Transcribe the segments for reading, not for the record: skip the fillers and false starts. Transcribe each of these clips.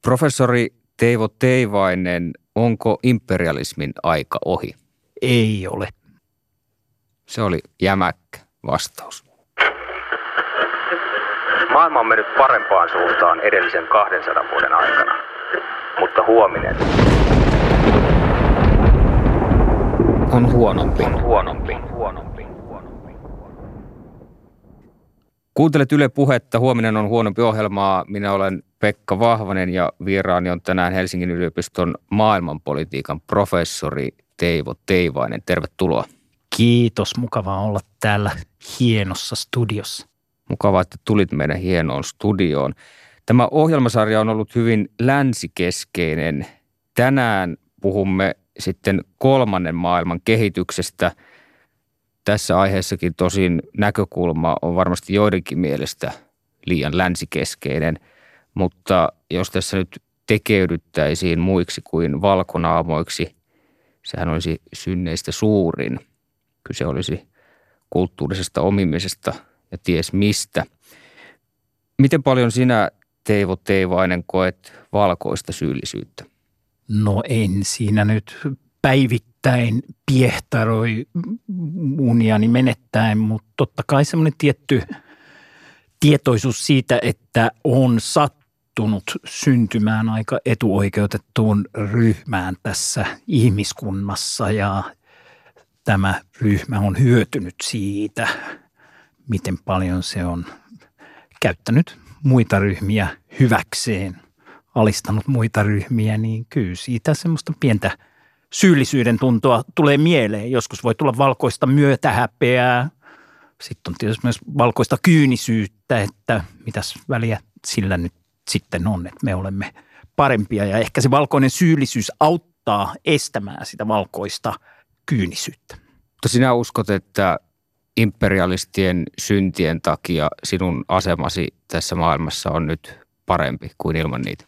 Professori Teivo Teivainen, onko imperialismin aika ohi? Ei ole. Se oli jämäkkä vastaus. Maailma on mennyt parempaan suuntaan edellisen 200 vuoden aikana, mutta huominen on huonompi. Kuuntelet Yle Puhetta. Huominen on huonompi ohjelmaa. Minä olen Pekka Vahvanen ja vieraani on tänään Helsingin yliopiston maailmanpolitiikan professori Teivo Teivainen. Tervetuloa. Kiitos. Mukavaa olla täällä hienossa studiossa. Mukavaa, että tulit meidän hienoon studioon. Tämä ohjelmasarja on ollut hyvin länsikeskeinen. Tänään puhumme sitten kolmannen maailman kehityksestä. Tässä aiheessakin tosin näkökulma on varmasti joidenkin mielestä liian länsikeskeinen, mutta jos tässä nyt tekeydyttäisiin muiksi kuin valkonaamoiksi, sehän olisi synneistä suurin. Kyse olisi kulttuurisesta omimisesta ja ties mistä. Miten paljon sinä, Teivo Teivainen, koet valkoista syyllisyyttä? No en siinä nyt päivittäin piehtaroi uniani menettäen, mutta totta kai semmoinen tietty tietoisuus siitä, että on sattunut syntymään aika etuoikeutettuun ryhmään tässä ihmiskunnassa ja tämä ryhmä on hyötynyt siitä, miten paljon se on käyttänyt muita ryhmiä hyväkseen, alistanut muita ryhmiä, niin kyllä siitä semmoista pientä syyllisyyden tuntoa tulee mieleen. Joskus voi tulla valkoista myötähäpeää. Sitten on tietysti myös valkoista kyynisyyttä, että mitäs väliä sillä nyt sitten on, että me olemme parempia. Ja ehkä se valkoinen syyllisyys auttaa estämään sitä valkoista kyynisyyttä. Mutta sinä uskot, että imperialistien syntien takia sinun asemasi tässä maailmassa on nyt parempi kuin ilman niitä?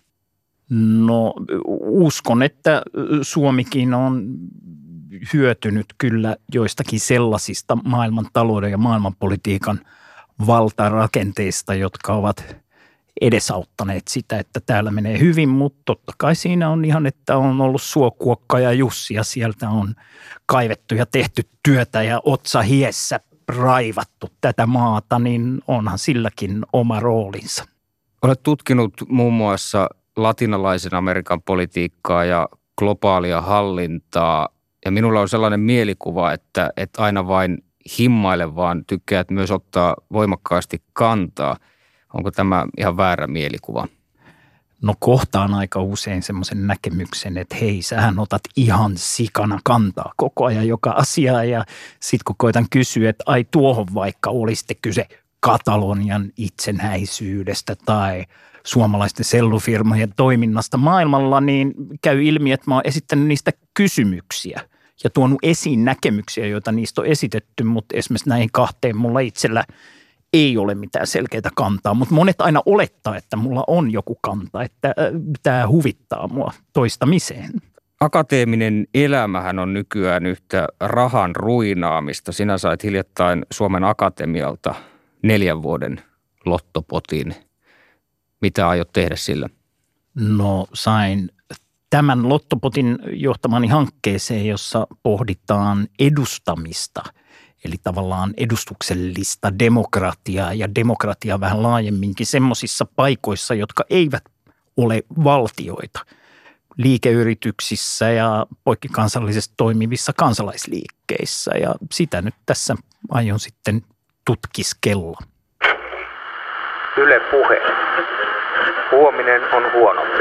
No uskon, että Suomikin on hyötynyt kyllä joistakin sellaisista maailmantalouden ja maailmanpolitiikan valtarakenteista, jotka ovat edesauttaneet sitä, että täällä menee hyvin, mutta totta kai siinä on ihan, että on ollut Suokuokka ja Jussi ja sieltä on kaivettu ja tehty työtä ja otsa hiessä raivattu tätä maata, niin onhan silläkin oma roolinsa. Olet tutkinut muun muassa latinalaisen Amerikan politiikkaa ja globaalia hallintaa. Ja minulla on sellainen mielikuva, että et aina vain himmaile, vaan tykkäät myös ottaa voimakkaasti kantaa. Onko tämä ihan väärä mielikuva? No kohtaan aika usein semmoisen näkemyksen, että hei, sähän otat ihan sikana kantaa koko ajan joka asiaa. Ja sitten kun koitan kysyä, että ai tuohon vaikka olisi kyse Katalonian itsenäisyydestä tai suomalaisten sellufirmojen toiminnasta maailmalla, niin käy ilmi, että mä oon esittänyt niistä kysymyksiä ja tuonut esiin näkemyksiä, joita niistä on esitetty, mutta esimerkiksi näihin kahteen mulla itsellä ei ole mitään selkeää kantaa, mutta monet aina olettaa, että mulla on joku kanta, että tämä huvittaa mua toistamiseen. Akateeminen elämähän on nykyään yhtä rahan ruinaamista. Sinä sait hiljattain Suomen Akatemialta 4 vuoden lottopotin. Mitä aiot tehdä sillä? No sain tämän lottopotin johtamani hankkeeseen, jossa pohditaan edustamista, eli tavallaan edustuksellista demokratiaa ja demokratiaa vähän laajemminkin semmoisissa paikoissa, jotka eivät ole valtioita, liikeyrityksissä ja poikkikansallisesti toimivissa kansalaisliikkeissä ja sitä nyt tässä aion sitten tutkiskella. Yle Puhe. Huominen on huonompi.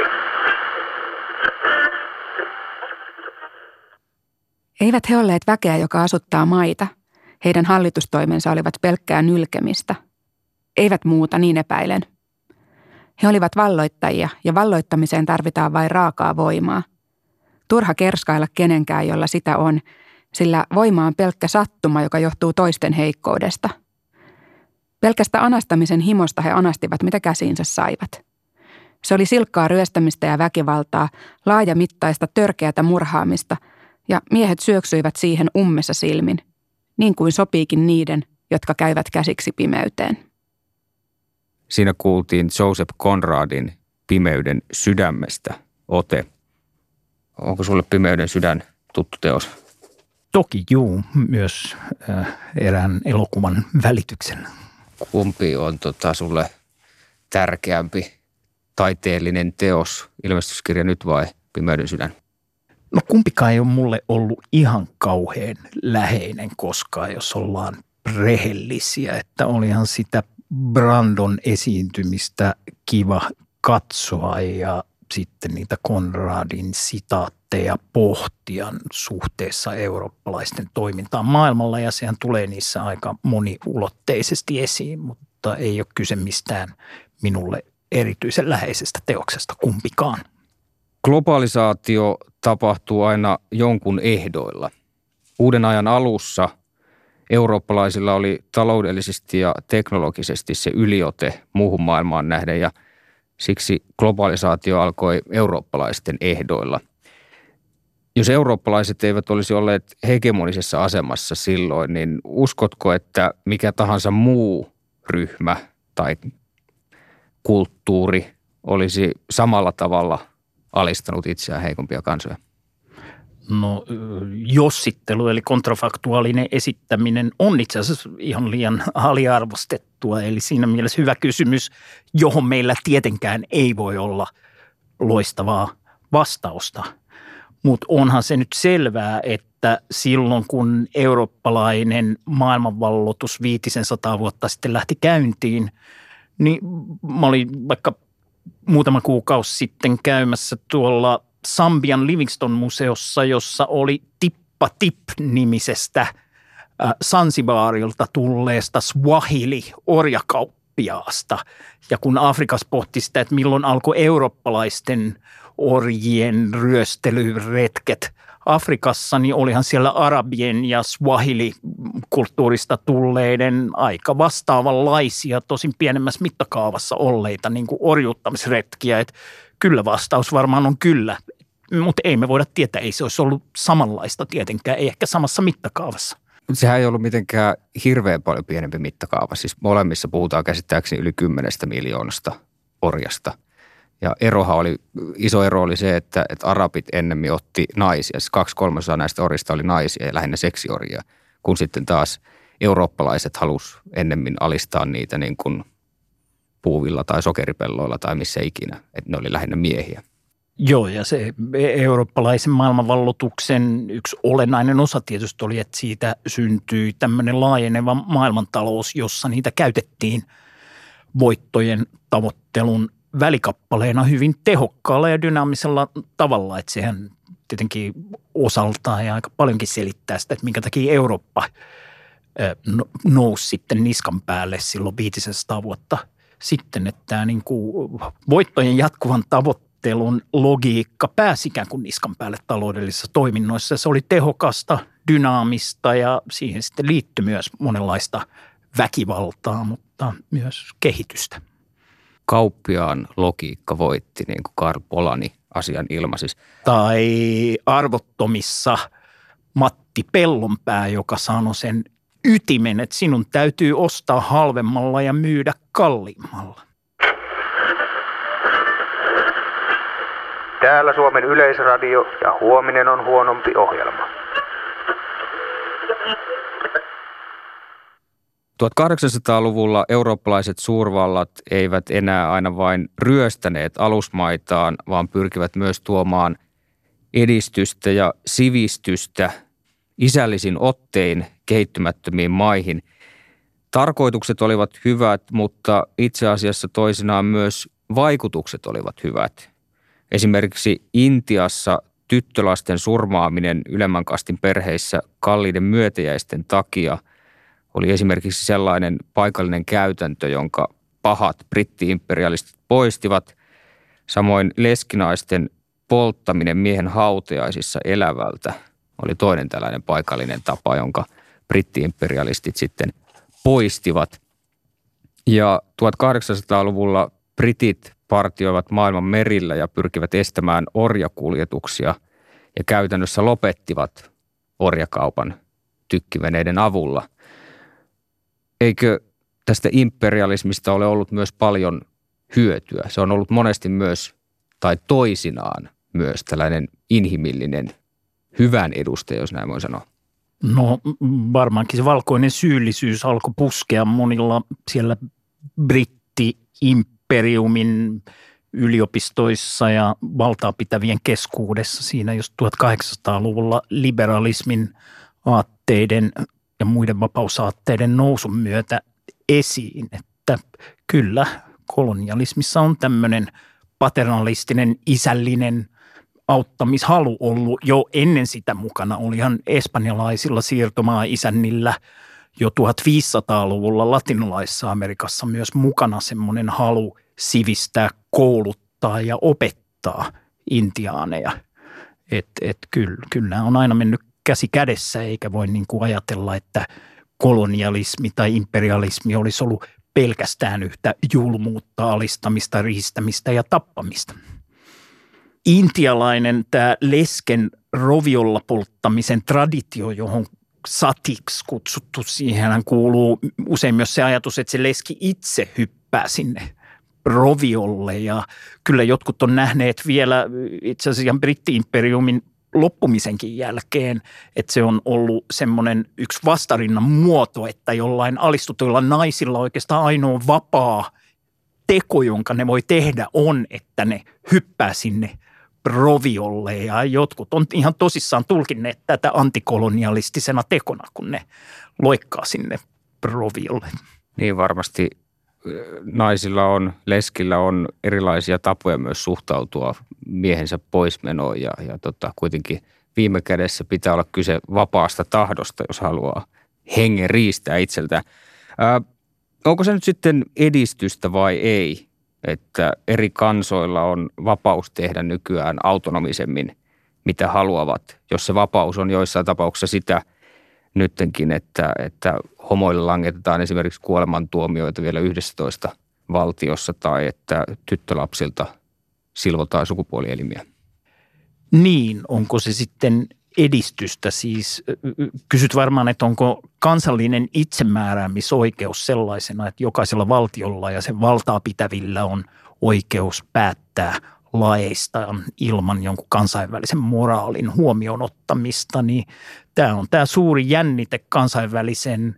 Eivät he olleet väkeä, joka asuttaa maita. Heidän hallitustoimensa olivat pelkkää nylkemistä. Eivät muuta, niin epäilen. He olivat valloittajia ja valloittamiseen tarvitaan vain raakaa voimaa. Turha kerskailla kenenkään, jolla sitä on, sillä voima on pelkkä sattuma, joka johtuu toisten heikkoudesta. Pelkästä anastamisen himosta he anastivat, mitä käsiinsä saivat. Se oli silkkaa ryöstämistä ja väkivaltaa, laajamittaista törkeätä murhaamista, ja miehet syöksyivät siihen ummessa silmin, niin kuin sopiikin niiden, jotka käyvät käsiksi pimeyteen. Siinä kuultiin Joseph Conradin Pimeyden sydämestä ote. Onko sulle Pimeyden sydän tuttu teos? Toki juu, myös erään elokuvan välityksen. Kumpi on sulle tärkeämpi taiteellinen teos, ilmestyskirja nyt vai Pimeyden sydän? No kumpikaan ei ole mulle ollut ihan kauhean läheinen koskaan, jos ollaan rehellisiä, että olihan sitä Brandon esiintymistä kiva katsoa ja sitten niitä Konradin sitaatteja pohtia suhteessa eurooppalaisten toimintaan maailmalla ja sehän tulee niissä aika moniulotteisesti esiin, mutta ei ole kyse mistään minulle erityisen läheisestä teoksesta kumpikaan. Globalisaatio tapahtuu aina jonkun ehdoilla. Uuden ajan alussa eurooppalaisilla oli taloudellisesti ja teknologisesti se yliote muuhun maailmaan nähden ja siksi globalisaatio alkoi eurooppalaisten ehdoilla. Jos eurooppalaiset eivät olisi olleet hegemonisessa asemassa silloin, niin uskotko, että mikä tahansa muu ryhmä tai kulttuuri olisi samalla tavalla alistanut itseään heikompia kansoja? No jossittelu eli kontrafaktuaalinen esittäminen on itse asiassa ihan liian aliarvostettua. Eli siinä mielessä hyvä kysymys, johon meillä tietenkään ei voi olla loistavaa vastausta. Mutta onhan se nyt selvää, että silloin kun eurooppalainen maailmanvalloitus 500 vuotta sitten lähti käyntiin, niin mä olin vaikka muutama kuukausi sitten käymässä tuolla Sambian Livingstone-museossa, jossa oli Tippa Tip-nimisestä Sansibarilta tulleesta Swahili-orjakauppiaasta. Ja kun Afrikassa pohti sitä, että milloin alkoi eurooppalaisten orjien ryöstelyretket Afrikassa, niin olihan siellä arabien ja Swahili-kulttuurista tulleiden aika vastaavanlaisia, tosin pienemmässä mittakaavassa olleita niin kuin orjuuttamisretkiä. Että kyllä vastaus varmaan on kyllä, mutta ei me voida tietää, ei se olisi ollut samanlaista tietenkään, ei ehkä samassa mittakaavassa. Sehän ei ollut mitenkään hirveän paljon pienempi mittakaava. Siis molemmissa puhutaan käsittääkseni yli 10 miljoonasta orjasta. Ja iso ero oli se, että arabit ennemmin otti naisia. Siis 2/3 näistä orjista oli naisia ja lähinnä seksiorjia, kun sitten taas eurooppalaiset halusi ennemmin alistaa niitä niin kuin puuvilla tai sokeripelloilla tai missä ikinä. Että ne oli lähinnä miehiä. Joo, ja se eurooppalaisen maailmanvalloituksen yksi olennainen osa tietysti oli, että siitä syntyi tämmöinen laajeneva maailmantalous, jossa niitä käytettiin voittojen tavoittelun välikappaleena hyvin tehokkaalla ja dynaamisella tavalla. Että sehän tietenkin osaltaan ja aika paljonkin selittää sitä, että minkä takia Eurooppa nousi sitten niskan päälle silloin 500 vuotta sitten, että tämä niin kuin voittojen jatkuvan tavoittelun logiikka pääsi ikään kuin niskan päälle taloudellisissa toiminnoissa. Se oli tehokasta, dynaamista ja siihen sitten liittyi myös monenlaista väkivaltaa, mutta myös kehitystä. Kauppiaan logiikka voitti, niin kuin Karl Polanyi asian ilmaisi. Tai arvottomissa Matti Pellonpää, joka sanoi sen ytimen, että sinun täytyy ostaa halvemmalla ja myydä kalliimmalla. Täällä Suomen Yleisradio ja huominen on huonompi ohjelma. 1800-luvulla eurooppalaiset suurvallat eivät enää aina vain ryöstäneet alusmaitaan, vaan pyrkivät myös tuomaan edistystä ja sivistystä isällisin ottein kehittymättömiin maihin. Tarkoitukset olivat hyvät, mutta itse asiassa toisinaan myös vaikutukset olivat hyvät. Esimerkiksi Intiassa tyttölasten surmaaminen ylemmän kastin perheissä kalliiden myötäjäisten takia oli esimerkiksi sellainen paikallinen käytäntö, jonka pahat britti-imperialistit poistivat. Samoin leskinaisten polttaminen miehen hautajaisissa elävältä oli toinen tällainen paikallinen tapa, jonka britti-imperialistit sitten poistivat. Ja 1800-luvulla britit partioivat maailman merillä ja pyrkivät estämään orjakuljetuksia ja käytännössä lopettivat orjakaupan tykkiveneiden avulla. Eikö tästä imperialismista ole ollut myös paljon hyötyä. Se on ollut monesti myös, tai toisinaan myös tällainen inhimillinen hyvän edustaja, jos näin voi sanoa. No varmaankin se valkoinen syyllisyys alkoi puskea monilla siellä britti-imperiumin yliopistoissa ja valtaa pitävien keskuudessa siinä just 1800-luvulla liberalismin aatteiden ja muiden vapausaatteiden nousun myötä esiin, että kyllä kolonialismissa on tämmöinen paternalistinen, isällinen auttamishalu ollut jo ennen sitä mukana. Olihan espanjalaisilla siirtomaa-isännillä jo 1500-luvulla latinalaisessa Amerikassa myös mukana semmoinen halu sivistää, kouluttaa ja opettaa intiaaneja. Kyllä on aina mennyt käsi kädessä, eikä voi niin kuin ajatella, että kolonialismi tai imperialismi olisi ollut pelkästään yhtä julmuutta, alistamista, riistämistä ja tappamista. Intialainen tämä lesken roviolla polttamisen traditio, johon satiksi kutsuttu, siihen kuuluu usein myös se ajatus, että se leski itse hyppää sinne roviolle. Ja kyllä jotkut on nähneet vielä itse asiassa britti-imperiumin loppumisenkin jälkeen, että se on ollut semmoinen yksi vastarinnan muoto, että jollain alistutuilla naisilla oikeastaan ainoa vapaa teko, jonka ne voi tehdä, on, että ne hyppää sinne roviolle. Ja jotkut on ihan tosissaan tulkinneet tätä antikolonialistisena tekona, kun ne loikkaa sinne roviolle. Niin varmasti naisilla on, leskillä on erilaisia tapoja myös suhtautua miehensä poismenoon ja kuitenkin viime kädessä pitää olla kyse vapaasta tahdosta, jos haluaa hengen riistää itseltään. Onko se nyt sitten edistystä vai ei, että eri kansoilla on vapaus tehdä nykyään autonomisemmin, mitä haluavat, jos se vapaus on joissain tapauksissa sitä nyttenkin, että homoille langetetaan esimerkiksi kuolemantuomioita vielä 11 valtiossa tai että tyttölapsilta silvotaan sukupuolielimiä. Niin, onko se sitten edistystä? Siis kysyt varmaan, että onko kansallinen itsemääräämisoikeus sellaisena, että jokaisella valtiolla ja sen valtaa pitävillä on oikeus päättää laeistaan ilman jonkun kansainvälisen moraalin huomioon ottamista, niin tämä on tämä suuri jännite kansainvälisen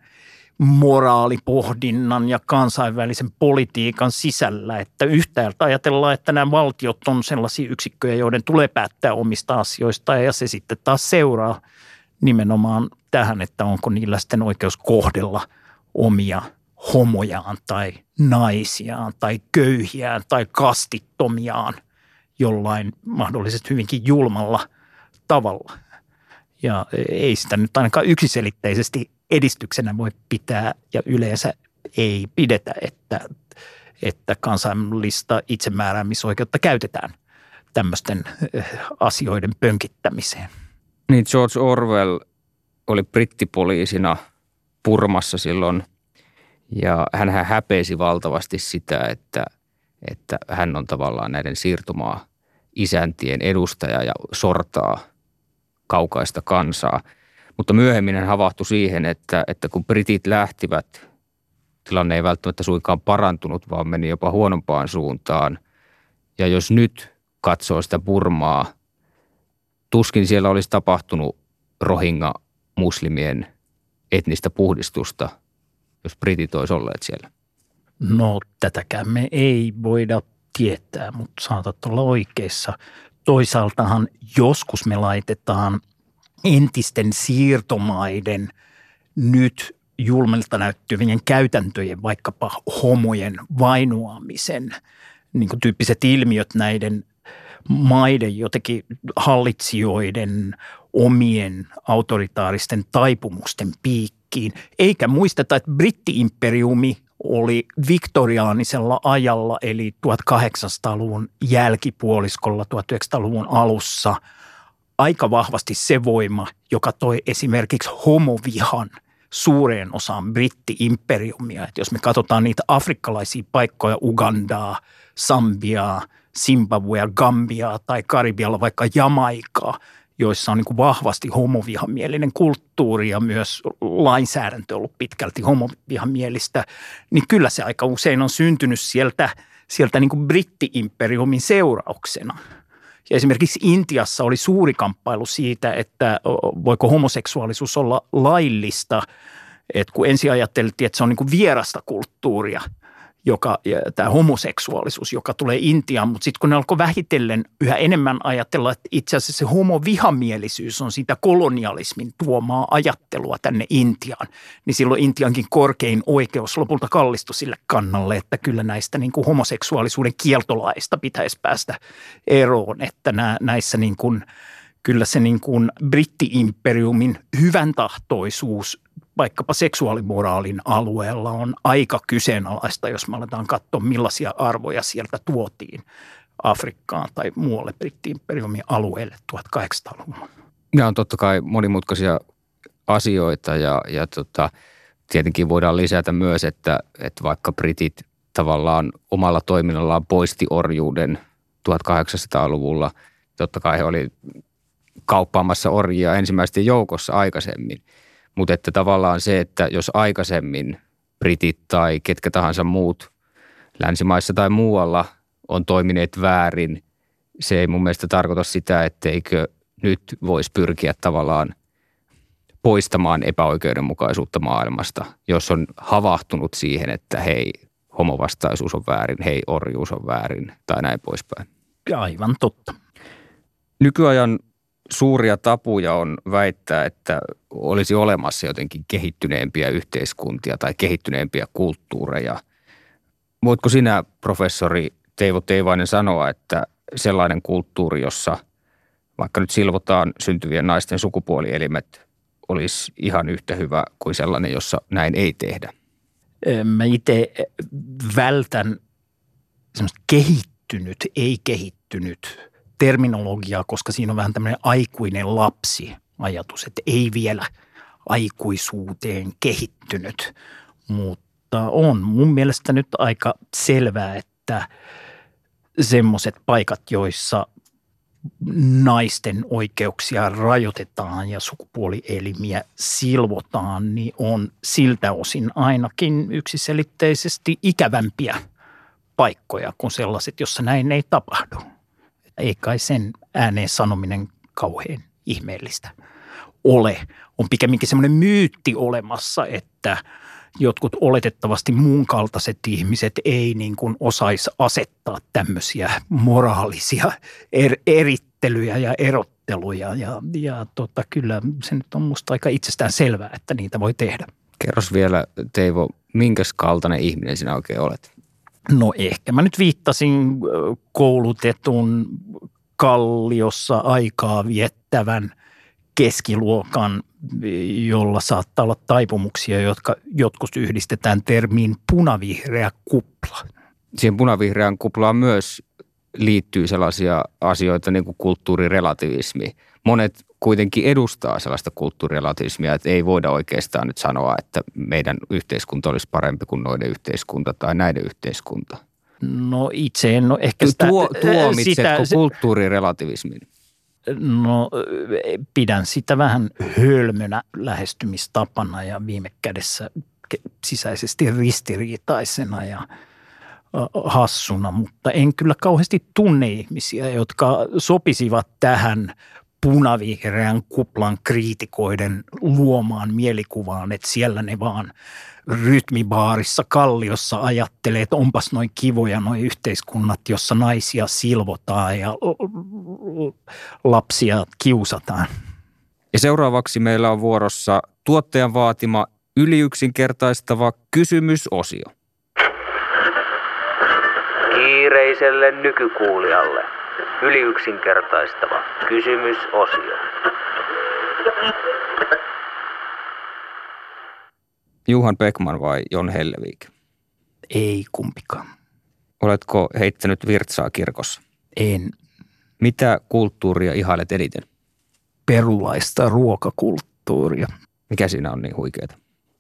moraalipohdinnan ja kansainvälisen politiikan sisällä, että yhtäältä ajatellaan, että nämä valtiot on sellaisia yksikköjä, joiden tulee päättää omista asioista ja se sitten taas seuraa nimenomaan tähän, että onko niillä sitten oikeus kohdella omia homojaan tai naisiaan tai köyhiään tai kastittomiaan jollain mahdollisesti hyvinkin julmalla tavalla. Ja ei sitä nyt ainakaan yksiselitteisesti edistyksenä voi pitää ja yleensä ei pidetä, että kansainvälistä itsemääräämisoikeutta käytetään tämmöisten asioiden pönkittämiseen. Niin George Orwell oli brittipoliisina Burmassa silloin ja hän häpeisi valtavasti sitä, että hän on tavallaan näiden siirtomaa-isäntien edustaja ja sortaa kaukaista kansaa. Mutta myöhemmin hän havahtui siihen, että kun britit lähtivät, tilanne ei välttämättä suinkaan parantunut, vaan meni jopa huonompaan suuntaan. Ja jos nyt katsoo sitä Burmaa, tuskin siellä olisi tapahtunut rohingya-muslimien etnistä puhdistusta, jos britit olisi olleet siellä. No tätäkään me ei voida tietää, mutta saatat olla oikeassa. Toisaaltahan joskus me laitetaan entisten siirtomaiden nyt julmelta näyttävien käytäntöjen, vaikkapa homojen vainoamisen, niin kuin tyyppiset ilmiöt näiden maiden jotenkin hallitsijoiden omien autoritaaristen taipumusten piikkiin. Eikä muisteta, että britti-imperiumi oli viktoriaanisella ajalla, eli 1800-luvun jälkipuoliskolla, 1900-luvun alussa aika vahvasti se voima, joka toi esimerkiksi homovihan suureen osaan britti-imperiumia. Et jos me katsotaan niitä afrikkalaisia paikkoja, Ugandaa, Sambiaa, Zimbabwea, Gambiaa tai Karibialla vaikka Jamaikaa, joissa on niin kuin vahvasti homovihamielinen kulttuuri ja myös lainsäädäntö ollut pitkälti homovihamielistä, niin kyllä se aika usein on syntynyt sieltä sieltä niin kuin britti-imperiumin seurauksena. Ja esimerkiksi Intiassa oli suuri kamppailu siitä, että voiko homoseksuaalisuus olla laillista, että kun ensin ajateltiin, että se on niin kuin vierasta kulttuuria, tämä homoseksuaalisuus, joka tulee Intiaan, mutta sitten kun ne alkoi vähitellen yhä enemmän ajatella, että itse asiassa se homovihamielisyys on sitä kolonialismin tuomaa ajattelua tänne Intiaan, niin silloin Intiankin korkein oikeus lopulta kallistui sille kannalle, että kyllä näistä niin kuin homoseksuaalisuuden kieltolaista pitäisi päästä eroon, että näissä niin kuin, kyllä se niin kuin britti-imperiumin hyvän tahtoisuus vaikkapa seksuaalimoraalin alueella on aika kyseenalaista, jos me aletaan katsoa, millaisia arvoja sieltä tuotiin Afrikkaan tai muualle britti-imperiumin alueelle 1800-luvulla. Nämä on totta kai monimutkaisia asioita ja tietenkin voidaan lisätä myös, että vaikka britit tavallaan omalla toiminnallaan poisti orjuuden 1800-luvulla, totta kai he oli kauppaamassa orjia ensimmäisten joukossa aikaisemmin. Mutta että tavallaan se, että jos aikaisemmin britit tai ketkä tahansa muut länsimaissa tai muualla on toimineet väärin, se ei mun mielestä tarkoita sitä, etteikö nyt voisi pyrkiä tavallaan poistamaan epäoikeudenmukaisuutta maailmasta, jos on havahtunut siihen, että hei, homovastaisuus on väärin, hei, orjuus on väärin tai näin poispäin. Aivan totta. Nykyajan suuria tabuja on väittää, että olisi olemassa jotenkin kehittyneempiä yhteiskuntia tai kehittyneempiä kulttuureja. Voitko sinä, professori Teivo Teivainen, sanoa, että sellainen kulttuuri, jossa vaikka nyt silvotaan syntyvien naisten sukupuolielimet, olisi ihan yhtä hyvä kuin sellainen, jossa näin ei tehdä? Mä itse vältän semmoista kehittynyt, ei kehittynyt terminologiaa, koska siinä on vähän tämmöinen aikuinen lapsi-ajatus, että ei vielä aikuisuuteen kehittynyt, mutta on mun mielestä nyt aika selvää, että semmoiset paikat, joissa naisten oikeuksia rajoitetaan ja sukupuolielimiä silvotaan, niin on siltä osin ainakin yksiselitteisesti ikävämpiä paikkoja kuin sellaiset, jossa näin ei tapahdu. Ei kai sen ääneen sanominen kauhean ihmeellistä ole. On pikemminkin semmoinen myytti olemassa, että jotkut oletettavasti muun kaltaiset ihmiset ei niin kuin osaisi asettaa tämmöisiä moraalisia erittelyjä ja erotteluja. Kyllä se nyt on musta aika itsestään selvää, että niitä voi tehdä. Kerros vielä, Teivo, minkäs kaltainen ihminen sinä oikein olet? No ehkä mä nyt viittasin koulutetun Kalliossa aikaa viettävän keskiluokan, jolla saattaa olla taipumuksia, jotka jotkut yhdistetään termiin punavihreä kupla. Siihen punavihreään kuplaan myös liittyy sellaisia asioita niin kuin kulttuurirelativismi. Monet kuitenkin edustaa sellaista kulttuurirelativismia, että ei voida oikeastaan nyt sanoa, että meidän yhteiskunta olisi parempi kuin noiden yhteiskunta tai näiden yhteiskunta. No itse en ole ehkä sitä... Tuomitsetko kulttuurirelativismin? No pidän sitä vähän hölmönä lähestymistapana ja viime kädessä sisäisesti ristiriitaisena ja hassuna, mutta en kyllä kauheasti tunne ihmisiä, jotka sopisivat tähän punavihreän kuplan kriitikoiden luomaan mielikuvaan, että siellä ne vaan rytmibaarissa Kalliossa ajattelee, että onpas noin kivoja noi yhteiskunnat, jossa naisia silvotaan ja lapsia kiusataan. Ja seuraavaksi meillä on vuorossa tuottajan vaatima yliyksinkertaistava kysymysosio. Kiireiselle nykykuulijalle yliyksinkertaistava kysymysosio. Johan Beckman vai Jon Hellevik? Ei kumpikaan. Oletko heittänyt virtsaa kirkossa? En. Mitä kulttuuria ihailet eniten? Perulaista ruokakulttuuria. Mikä siinä on niin huikeeta?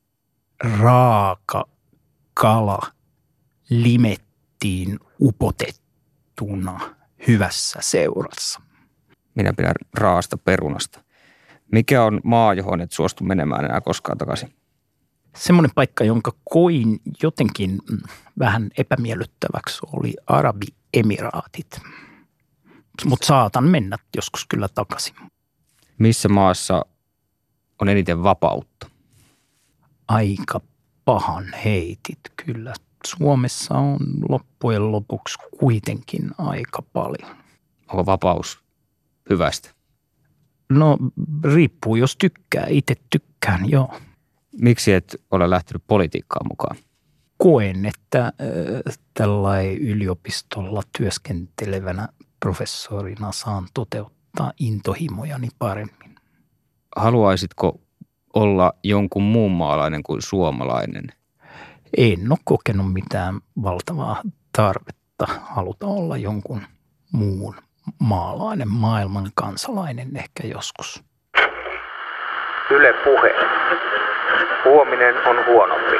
Raaka kala limettiin upotettuna hyvässä seurassa. Minä pidän raasta perunasta. Mikä on maa, johon et suostu menemään enää koskaan takaisin? Semmoinen paikka, jonka koin jotenkin vähän epämiellyttäväksi, oli Arabiemiraatit. Mutta saatan mennä joskus kyllä takaisin. Missä maassa on eniten vapautta? Aika pahan heitit kyllä. Suomessa on loppujen lopuksi kuitenkin aika paljon. Onko vapaus hyvästä? No riippuu, jos tykkää. Itse tykkään, joo. Miksi et ole lähtenyt politiikkaan mukaan? Koen, että tällainen yliopistolla työskentelevänä professorina saan toteuttaa intohimojani paremmin. Haluaisitko olla jonkun muun maalainen kuin suomalainen? En ole kokenut mitään valtavaa tarvetta haluta olla jonkun muun maalainen, maailman kansalainen ehkä joskus. Yle Puhe. Huominen on huonompi.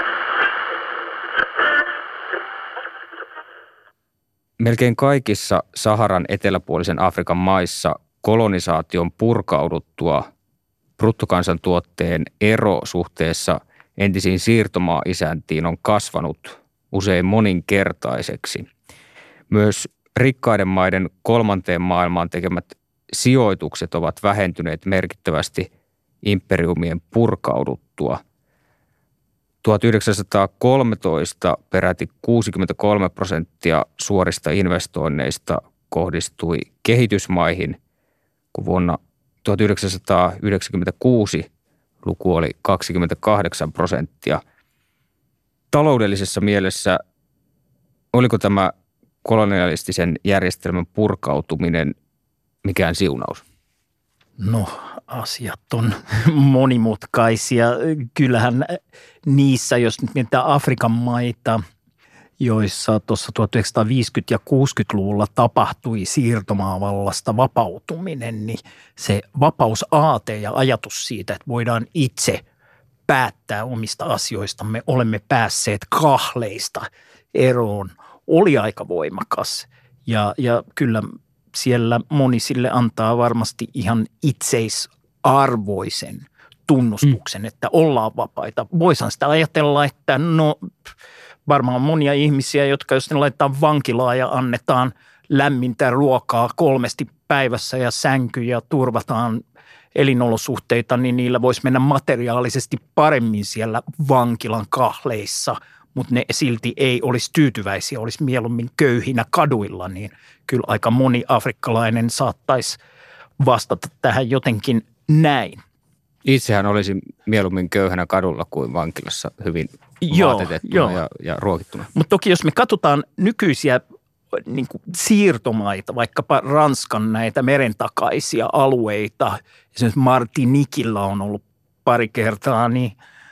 Melkein kaikissa Saharan eteläpuolisen Afrikan maissa kolonisaation purkauduttua bruttokansantuotteen ero suhteessa entisiin siirtomaa-isäntiin on kasvanut usein moninkertaiseksi. Myös rikkaiden maiden kolmanteen maailmaan tekemät sijoitukset ovat vähentyneet merkittävästi imperiumien purkauduttua. 1913 peräti 63% suorista investoinneista kohdistui kehitysmaihin, kun vuonna 1996 luku oli 28%. Taloudellisessa mielessä oliko tämä kolonialistisen järjestelmän purkautuminen mikään siunaus? No, asiat on monimutkaisia. Kyllähän niissä, jos nyt mietitään Afrikan maita, joissa tuossa 1950- ja 60-luvulla tapahtui siirtomaavallasta vapautuminen, niin se vapausaate ja ajatus siitä, että voidaan itse päättää omista asioistamme, olemme päässeet kahleista eroon, oli aika voimakas. Ja kyllä siellä moni sille antaa varmasti ihan itseisarvoisen tunnustuksen, että ollaan vapaita. Voisin sitä ajatella, että no varmaan monia ihmisiä, jotka jos ne laitetaan vankilaan ja annetaan lämmintä ruokaa 3 päivässä ja sänky ja turvataan elinolosuhteita, niin niillä voisi mennä materiaalisesti paremmin siellä vankilan kahleissa, mutta ne silti ei olisi tyytyväisiä, olisi mieluummin köyhinä kaduilla, niin kyllä aika moni afrikkalainen saattaisi vastata tähän jotenkin näin. Itsehän olisi mieluummin köyhänä kadulla kuin vankilassa hyvin vaatetettuna ja ruokittuna. Mutta toki jos me katsotaan nykyisiä niin kuin siirtomaita, vaikkapa Ranskan näitä merentakaisia alueita, esimerkiksi Martiniquella on ollut pari kertaa, niin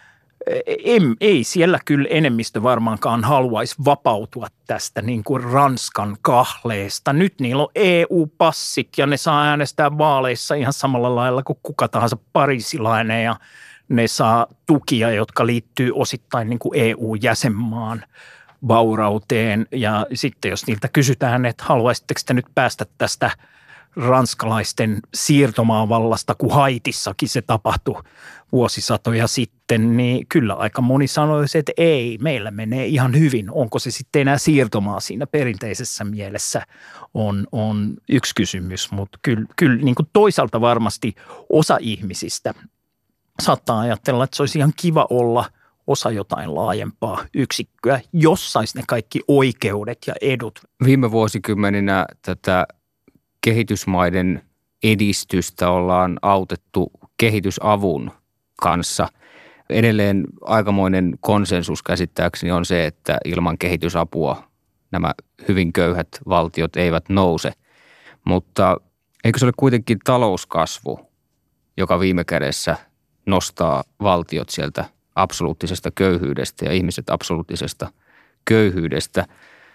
ei siellä kyllä enemmistö varmaankaan haluaisi vapautua tästä niin kuin Ranskan kahleesta. Nyt niillä on EU-passit ja ne saa äänestää vaaleissa ihan samalla lailla kuin kuka tahansa pariisilainen ja ne saa tukia, jotka liittyy osittain niin kuin EU-jäsenmaan vaurauteen. Ja sitten jos niiltä kysytään, että haluaisitteko te nyt päästä tästä ranskalaisten siirtomaavallasta, kun Haitissakin se tapahtui vuosisatoja sitten, niin kyllä aika moni sanoisi, että ei, meillä menee ihan hyvin. Onko se sitten enää siirtomaa siinä perinteisessä mielessä on yksi kysymys, mutta kyllä niin kuin toisaalta varmasti osa ihmisistä saattaa ajatella, että se olisi ihan kiva olla osa jotain laajempaa yksikköä, jos saisi ne kaikki oikeudet ja edut. Viime vuosikymmeninä tätä kehitysmaiden edistystä ollaan autettu kehitysavun kanssa. Edelleen aikamoinen konsensus käsittääkseni on se, että ilman kehitysapua nämä hyvin köyhät valtiot eivät nouse. Mutta eikö se ole kuitenkin talouskasvu, joka viime kädessä nostaa valtiot sieltä absoluuttisesta köyhyydestä ja ihmiset absoluuttisesta köyhyydestä.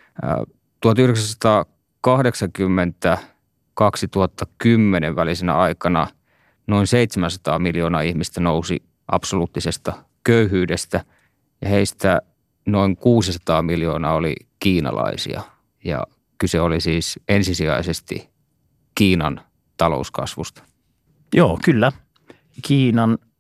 1980-2010 välisenä aikana noin 700 miljoonaa ihmistä nousi absoluuttisesta köyhyydestä ja heistä noin 600 miljoonaa oli kiinalaisia. Ja kyse oli siis ensisijaisesti Kiinan talouskasvusta. Joo, kyllä. Kiinan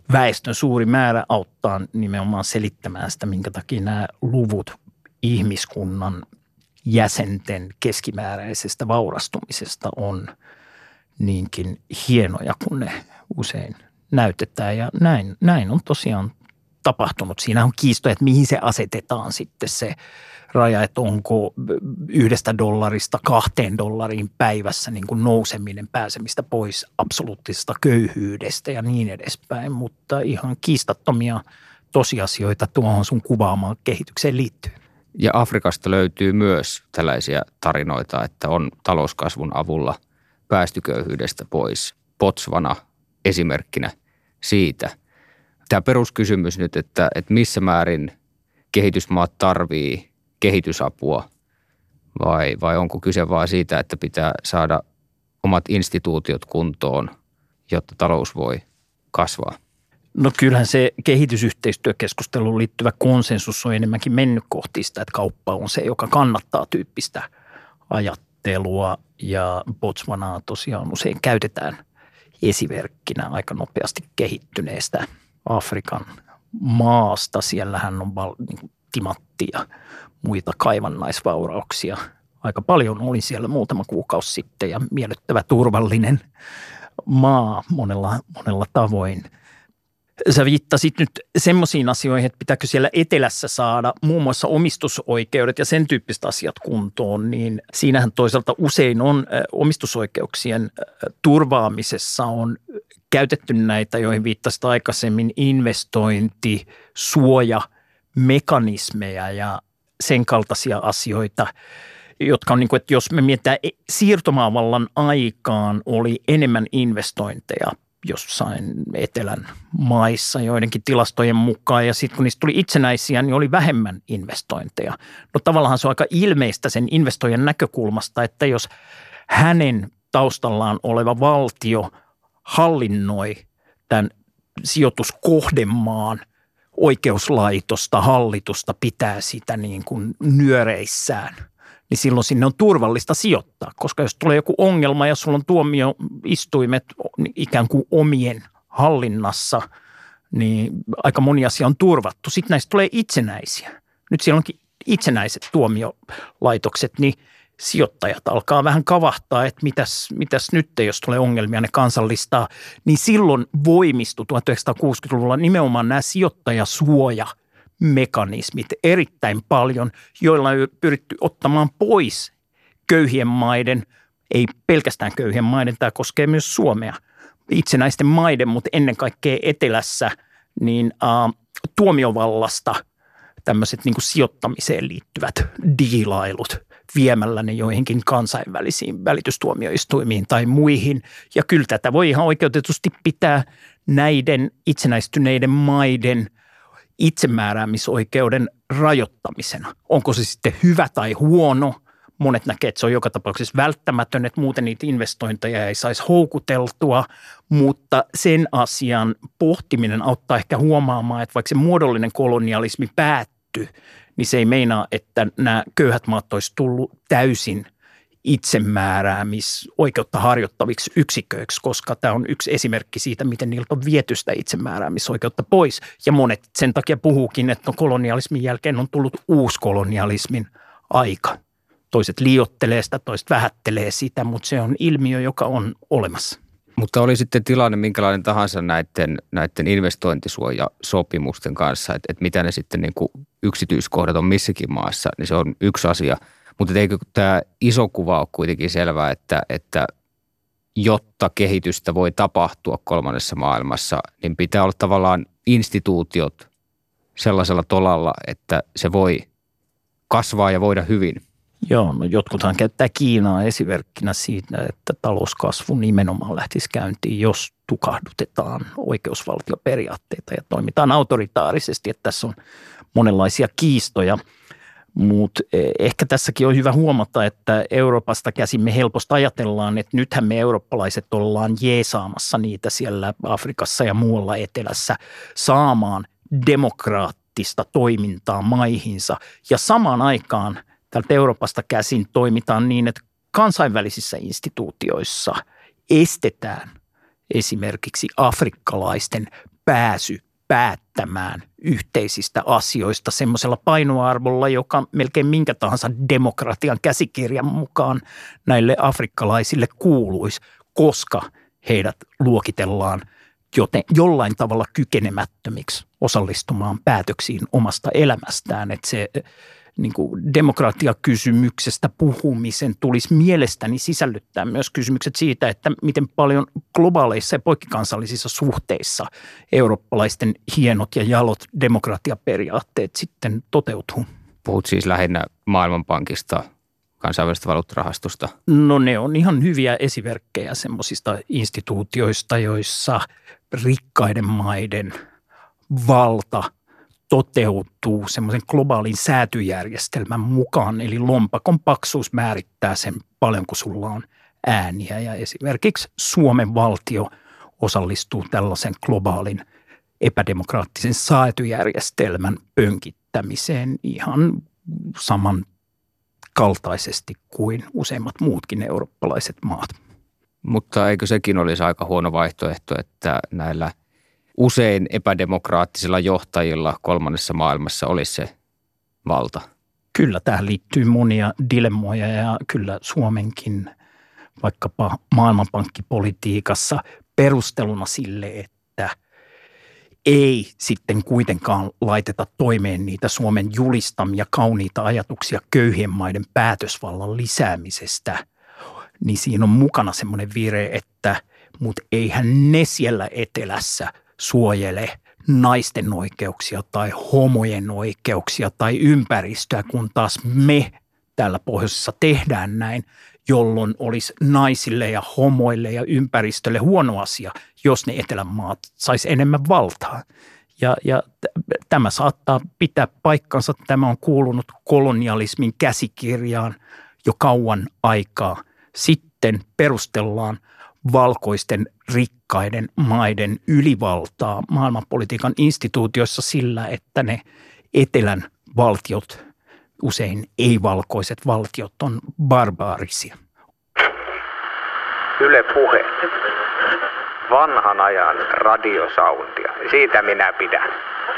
väestön suuri määrä auttaa nimenomaan selittämään sitä, minkä takia nämä luvut ihmiskunnan jäsenten keskimääräisestä vaurastumisesta on niinkin hienoja kuin ne usein näytetään. Ja näin on tosiaan tapahtunut. Siinä on kiistoja, että mihin se asetetaan sitten se raja, että onko $1 $2 päivässä niin kuin nouseminen, pääsemistä pois absoluuttisesta köyhyydestä ja niin edespäin. Mutta ihan kiistattomia tosiasioita tuohon sun kuvaamaan kehitykseen liittyy. Ja Afrikasta löytyy myös tällaisia tarinoita, että on talouskasvun avulla päästy köyhyydestä pois. Botswana esimerkkinä siitä. Tämä peruskysymys nyt, että missä määrin kehitysmaat tarvii kehitysapua vai onko kyse vaan siitä, että pitää saada omat instituutiot kuntoon, jotta talous voi kasvaa? No kyllähän se kehitysyhteistyökeskusteluun liittyvä konsensus on enemmänkin mennyt kohti sitä, että kauppa on se, joka kannattaa tyyppistä ajattelua ja Botswanaa tosiaan usein käytetään esimerkkinä aika nopeasti kehittyneestä Afrikan maasta. Siellähän on niin timanttia ja muita kaivannaisvaurauksia. Aika paljon olin siellä muutama kuukausi sitten ja miellyttävä turvallinen maa monella tavoin. Sä viittasit nyt semmoisiin asioihin, että pitääkö siellä etelässä saada muun muassa omistusoikeudet ja sen tyyppiset asiat kuntoon, niin siinähän toisaalta usein on omistusoikeuksien turvaamisessa on käytetty näitä, joihin viittasit aikaisemmin, investointisuojamekanismeja ja sen kaltaisia asioita, jotka on niin kuin, että jos me mietitään siirtomaavallan aikaan oli enemmän investointeja jossain etelän maissa joidenkin tilastojen mukaan ja sitten kun niistä tuli itsenäisiä, niin oli vähemmän investointeja. No tavallaan se on aika ilmeistä sen investoijan näkökulmasta, että jos hänen taustallaan oleva valtio hallinnoi tämän sijoituskohdemaan oikeuslaitosta, hallitusta, pitää sitä niin kuin nyöreissään, niin silloin sinne on turvallista sijoittaa, koska jos tulee joku ongelma ja sulla on tuomioistuimet ikään kuin omien hallinnassa, niin aika moni asia on turvattu. Sitten näistä tulee itsenäisiä. Nyt siellä onkin itsenäiset tuomiolaitokset, niin sijoittajat alkaa vähän kavahtaa, että mitäs nyt, jos tulee ongelmia, ne kansallistaa. Niin silloin voimistui 1960-luvulla nimenomaan nämä sijoittajasuojamekanismit erittäin paljon, joilla on pyritty ottamaan pois köyhien maiden, ei pelkästään köyhien maiden, tämä koskee myös Suomea, itsenäisten maiden, mutta ennen kaikkea etelässä, niin tuomiovallasta tämmöiset niin kuin sijoittamiseen liittyvät diilailut viemällä ne joihinkin kansainvälisiin välitystuomioistuimiin tai muihin. Ja kyllä tätä voi ihan oikeutetusti pitää näiden itsenäistyneiden maiden itsemääräämisoikeuden rajoittamisena. Onko se sitten hyvä tai huono? Monet näkee, että se on joka tapauksessa välttämätön, että muuten niitä investointeja ei saisi houkuteltua, mutta sen asian pohtiminen auttaa ehkä huomaamaan, että vaikka se muodollinen kolonialismi päättyi, niin se ei meinaa, että nämä köyhät maat olisi tullut täysin itsemääräämisoikeutta harjoittaviksi yksiköiksi, koska tämä on yksi esimerkki siitä, miten niiltä on viety sitä itsemääräämisoikeutta pois. Ja monet sen takia puhuukin, että kolonialismin jälkeen on tullut uuskolonialismin aika. Toiset liioittelee sitä, toiset vähättelee sitä, mutta se on ilmiö, joka on olemassa. Mutta oli sitten tilanne minkälainen tahansa näiden investointisuojasopimusten kanssa, että mitä ne sitten niin kuin yksityiskohdat on missäkin maassa, niin se on yksi asia. Mutta eikö tämä iso kuva ole kuitenkin selvää, että jotta kehitystä voi tapahtua kolmannessa maailmassa, niin pitää olla tavallaan instituutiot sellaisella tolalla, että se voi kasvaa ja voida hyvin. Joo, no jotkuthan käyttää Kiinaa esimerkkinä siitä, että talouskasvu nimenomaan lähtisi käyntiin, jos tukahdutetaan oikeusvaltioperiaatteita ja toimitaan autoritaarisesti, että tässä on monenlaisia kiistoja. Mutta ehkä tässäkin on hyvä huomata, että Euroopasta käsin me helposti ajatellaan, että nythän me eurooppalaiset ollaan jeesaamassa niitä siellä Afrikassa ja muualla etelässä saamaan demokraattista toimintaa maihinsa. Ja samaan aikaan täältä Euroopasta käsin toimitaan niin, että kansainvälisissä instituutioissa estetään esimerkiksi afrikkalaisten pääsy päättämään yhteisistä asioista semmoisella painoarvolla, joka melkein minkä tahansa demokratian käsikirjan mukaan näille afrikkalaisille kuuluisi, koska heidät luokitellaan jollain tavalla kykenemättömiksi osallistumaan päätöksiin omasta elämästään. Että se niin kuin demokratiakysymyksestä puhumisen tulisi mielestäni sisällyttää myös kysymykset siitä, että miten paljon globaaleissa ja poikkikansallisissa suhteissa eurooppalaisten hienot ja jalot demokratiaperiaatteet sitten toteutuu. Puhut siis lähinnä Maailmanpankista, kansainvälisestä valuuttarahastosta. No ne on ihan hyviä esimerkkejä semmoisista instituutioista, joissa rikkaiden maiden valta toteutuu semmoisen globaalin säätyjärjestelmän mukaan, eli lompakon paksuus määrittää sen paljonko sulla on ääniä. Ja esimerkiksi Suomen valtio osallistuu tällaisen globaalin epädemokraattisen säätyjärjestelmän pönkittämiseen ihan samankaltaisesti kuin useimmat muutkin eurooppalaiset maat. Mutta eikö sekin olisi aika huono vaihtoehto, että näillä usein epädemokraattisilla johtajilla kolmannessa maailmassa olisi se valta? Kyllä, tähän liittyy monia dilemmoja ja kyllä Suomenkin vaikkapa maailmanpankkipolitiikassa perusteluna sille, että ei sitten kuitenkaan laiteta toimeen niitä Suomen julistamia kauniita ajatuksia köyhien maiden päätösvallan lisäämisestä, niin siinä on mukana semmoinen vire, että mutta eihän ne siellä etelässä suojele naisten oikeuksia tai homojen oikeuksia tai ympäristöä, kun taas me täällä pohjoisessa tehdään näin, jolloin olisi naisille ja homoille ja ympäristölle huono asia, jos ne etelän maat saisi enemmän valtaa. Ja tämä saattaa pitää paikkansa. Tämä on kuulunut kolonialismin käsikirjaan jo kauan aikaa. Sitten perustellaan valkoisten rikkaiden maiden ylivaltaa maailmanpolitiikan instituutioissa sillä, että ne etelän valtiot, usein ei-valkoiset valtiot, on barbaarisia. Yle Puhe. Vanhan ajan radiosoundia. Siitä minä pidän.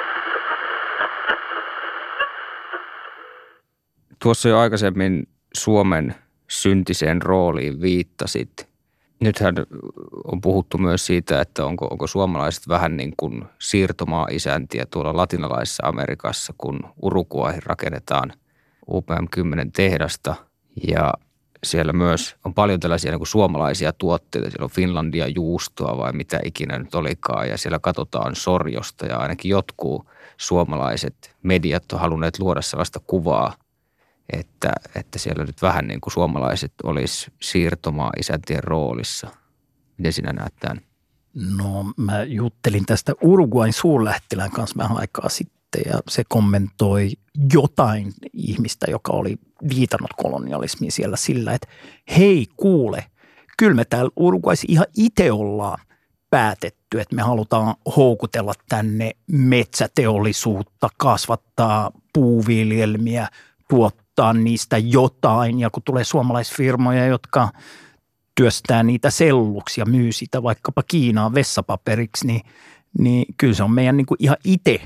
Tuossa jo aikaisemmin Suomen syntiseen rooliin viittasit. Nythän on puhuttu myös siitä, että onko suomalaiset vähän niin kuin siirtomaa-isäntiä tuolla latinalaisessa Amerikassa, kun Uruguayhin rakennetaan UPM-10-tehdasta. Ja siellä myös on paljon tällaisia niin kuin suomalaisia tuotteita. Siellä on Finlandia juustoa vai mitä ikinä nyt olikaan. Ja siellä katsotaan Sorjosta ja ainakin jotkut suomalaiset mediat on halunneet luoda sellaista kuvaa, että siellä nyt vähän niin kuin suomalaiset olisi siirtomaa-isäntien roolissa. Miten sinä näet tämän? No mä juttelin tästä Uruguayn suurlähettilään kanssa vähän aikaa sitten ja se kommentoi jotain ihmistä, joka oli viitannut kolonialismiin siellä sillä, että hei kuule, kyllä me täällä Uruguayssa ihan itse ollaan päätetty, että me halutaan houkutella tänne metsäteollisuutta, kasvattaa puuviljelmiä, tuottaa niistä jotain ja kun tulee suomalaisfirmoja, jotka työstää niitä selluksi ja myy sitä vaikkapa Kiinaan vessapaperiksi, niin kyllä se on meidän niin kuin ihan itse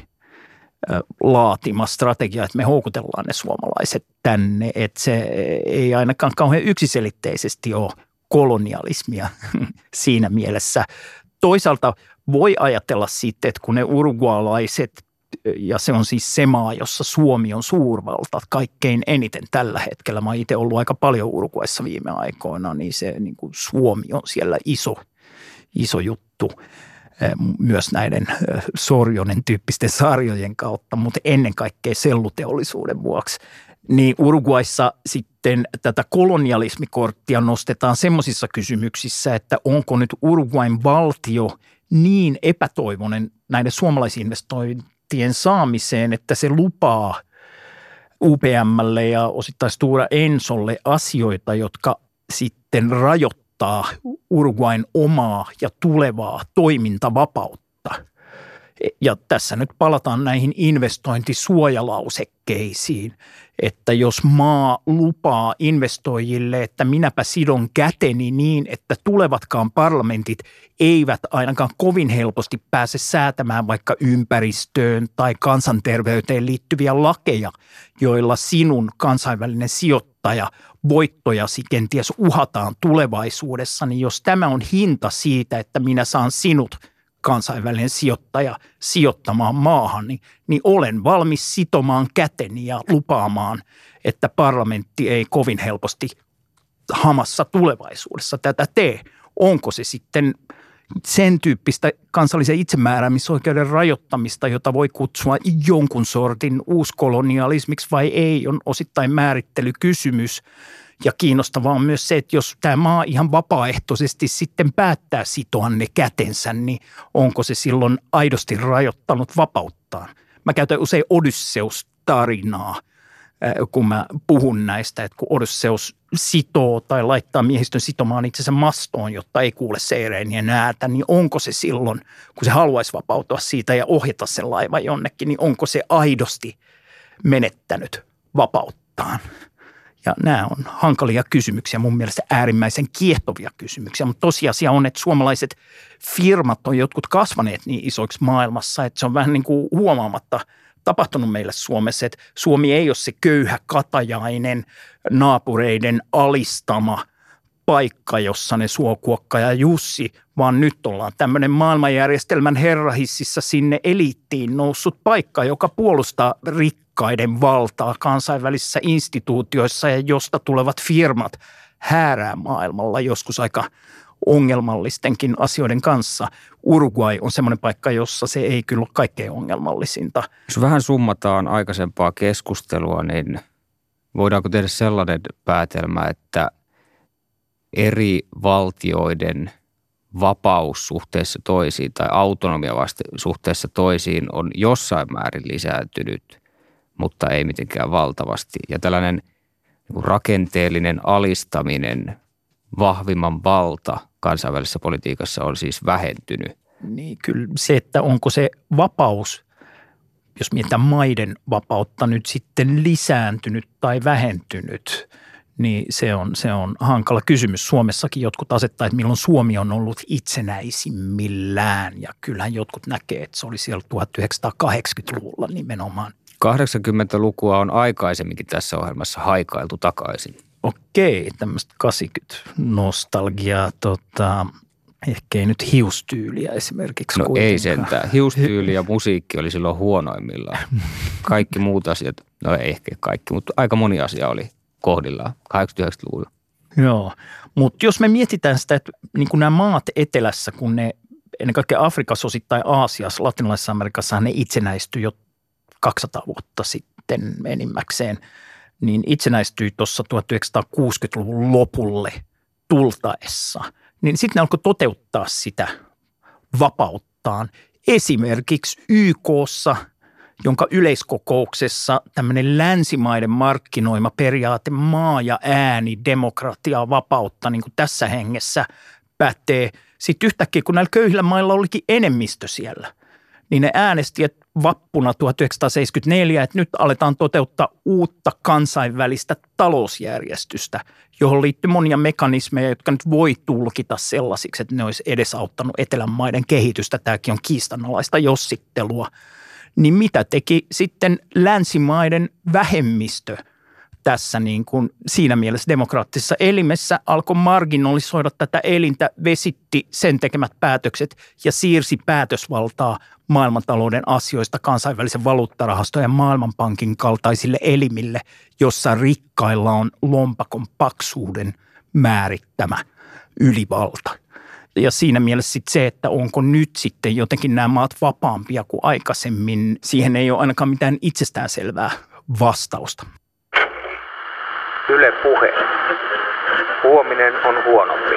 laatima strategia, että me houkutellaan ne suomalaiset tänne, että se ei ainakaan kauhean yksiselitteisesti ole kolonialismia siinä mielessä. Toisaalta voi ajatella sitten, että kun ne urugualaiset, ja se on siis se maa, jossa Suomi on suurvalta kaikkein eniten tällä hetkellä. Mä oon itse ollut aika paljon Uruguayssa viime aikoina, niin se niin kuin Suomi on siellä iso juttu myös näiden Sorjonen tyyppisten sarjojen kautta, mutta ennen kaikkea selluteollisuuden vuoksi. Niin Uruguayssa sitten tätä kolonialismikorttia nostetaan semmoisissa kysymyksissä, että onko nyt Uruguayn valtio niin epätoivoinen näiden suomalaisinvestointien saamiseen, että se lupaa UPM:lle ja osittain Stora Ensolle asioita, jotka sitten rajoittaa Uruguayn omaa ja tulevaa toimintavapautta. Ja tässä nyt palataan näihin investointisuojalausekkeisiin, että jos maa lupaa investoijille, että minäpä sidon käteni niin, että tulevatkaan parlamentit eivät ainakaan kovin helposti pääse säätämään vaikka ympäristöön tai kansanterveyteen liittyviä lakeja, joilla sinun kansainvälinen sijoittaja voittojasi kenties uhataan tulevaisuudessa, niin jos tämä on hinta siitä, että minä saan sinut kansainvälinen sijoittaja sijoittamaan maahan, niin olen valmis sitomaan käteni ja lupaamaan, että parlamentti ei kovin helposti hamassa tulevaisuudessa tätä tee. Onko se sitten sen tyyppistä kansallisen itsemääräämisoikeuden rajoittamista, jota voi kutsua jonkun sortin uuskolonialismiksi vai ei, on osittain määrittelykysymys. Ja kiinnostavaa on myös se, että jos tämä maa ihan vapaaehtoisesti sitten päättää sitoa ne kätensä, niin onko se silloin aidosti rajoittanut vapauttaan? Mä käytän usein Odysseus-tarinaa, kun mä puhun näistä, että kun Odysseus sitoo tai laittaa miehistön sitomaan itsensä mastoon, jotta ei kuule seireenien äätä, niin onko se silloin, kun se haluaisi vapautua siitä ja ohjata sen laivan jonnekin, niin onko se aidosti menettänyt vapauttaan? Ja nämä on hankalia kysymyksiä, mun mielestä äärimmäisen kiehtovia kysymyksiä, mutta tosiasia on, että suomalaiset firmat on jotkut kasvaneet niin isoiksi maailmassa, että se on vähän niin kuin huomaamatta tapahtunut meille Suomessa, että Suomi ei ole se köyhä katajainen naapureiden alistama paikka, jossa ne Suokuokka ja Jussi, vaan nyt ollaan tämmöinen maailmanjärjestelmän herrahississä sinne eliittiin noussut paikka, joka puolustaa rikkaiden valtaa kansainvälisissä instituutioissa ja josta tulevat firmat häärää maailmalla joskus aika ongelmallistenkin asioiden kanssa. Uruguay on semmoinen paikka, jossa se ei kyllä ole kaikkein ongelmallisinta. Jos vähän summataan aikaisempaa keskustelua, niin voidaanko tehdä sellainen päätelmä, että eri valtioiden vapaus suhteessa toisiin tai autonomia suhteessa toisiin on jossain määrin lisääntynyt, mutta ei mitenkään valtavasti. Ja tällainen rakenteellinen alistaminen, vahvimman valta kansainvälisessä politiikassa on siis vähentynyt. Niin kyllä se, että onko se vapaus, jos mietitään maiden vapautta nyt sitten lisääntynyt tai vähentynyt, niin se on hankala kysymys. Suomessakin jotkut asettaa, että milloin Suomi on ollut itsenäisimmillään ja kyllähän jotkut näkee, että se oli siellä 1980-luvulla nimenomaan. 80-lukua on aikaisemminkin tässä ohjelmassa haikailtu takaisin. Okei, tämmöistä 80-nostalgiaa, ehkä ei nyt hiustyyliä esimerkiksi. No kuitenkaan. Ei sentään. Hiustyyli ja musiikki oli silloin huonoimmillaan. Kaikki muut asiat, no ei ehkä kaikki, mutta aika moni asia oli kohdillaan 80-90-luvulla. Joo, mutta jos me mietitään sitä, että niin kuin nämä maat etelässä, kun ne ennen kaikkea Afrikassa, osittain Aasiassa, Latinalaisessa Amerikassa ne itsenäistyi jo 200 vuotta sitten enimmäkseen, niin itsenäistyi tuossa 1960-luvun lopulle tultaessa. Niin sitten ne alkoi toteuttaa sitä vapauttaan. Esimerkiksi YK:ssa, jonka yleiskokouksessa tämmöinen länsimaiden markkinoima periaate maa ja ääni, demokratiaa, vapautta, niin kuin tässä hengessä pätee. Sitten yhtäkkiä, kun näillä köyhillä mailla olikin enemmistö siellä, niin ne äänesti, että vappuna 1974, että nyt aletaan toteuttaa uutta kansainvälistä talousjärjestystä, johon liittyy monia mekanismeja, jotka nyt voi tulkita sellaisiksi, että ne olisi edesauttanut etelän maiden kehitystä. Tämäkin on kiistanalaista jossittelua. Niin mitä teki sitten länsimaiden vähemmistö tässä niin kuin siinä mielessä demokraattisessa elimessä, alkoi marginalisoida tätä elintä, vesitti sen tekemät päätökset ja siirsi päätösvaltaa maailmantalouden asioista kansainvälisen valuuttarahaston ja Maailmanpankin kaltaisille elimille, jossa rikkailla on lompakon paksuuden määrittämä ylivalta. Ja siinä mielessä sitten se, että onko nyt sitten jotenkin nämä maat vapaampia kuin aikaisemmin, siihen ei ole ainakaan mitään itsestäänselvää vastausta. Yle Puhe. Huominen on huonompi.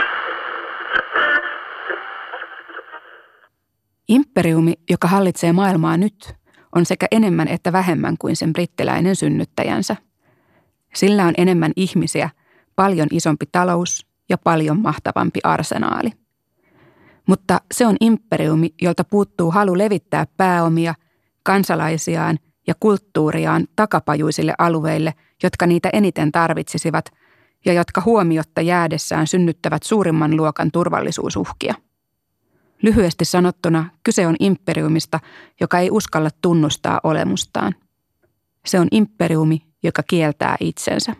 Imperiumi, joka hallitsee maailmaa nyt, on sekä enemmän että vähemmän kuin sen brittiläinen synnyttäjänsä. Sillä on enemmän ihmisiä, paljon isompi talous ja paljon mahtavampi arsenaali. Mutta se on imperiumi, jolta puuttuu halu levittää pääomia, kansalaisiaan ja kulttuuriaan takapajuisille alueille, jotka niitä eniten tarvitsisivat ja jotka huomiotta jäädessään synnyttävät suurimman luokan turvallisuusuhkia. Lyhyesti sanottuna kyse on imperiumista, joka ei uskalla tunnustaa olemustaan. Se on imperiumi, joka kieltää itsensä.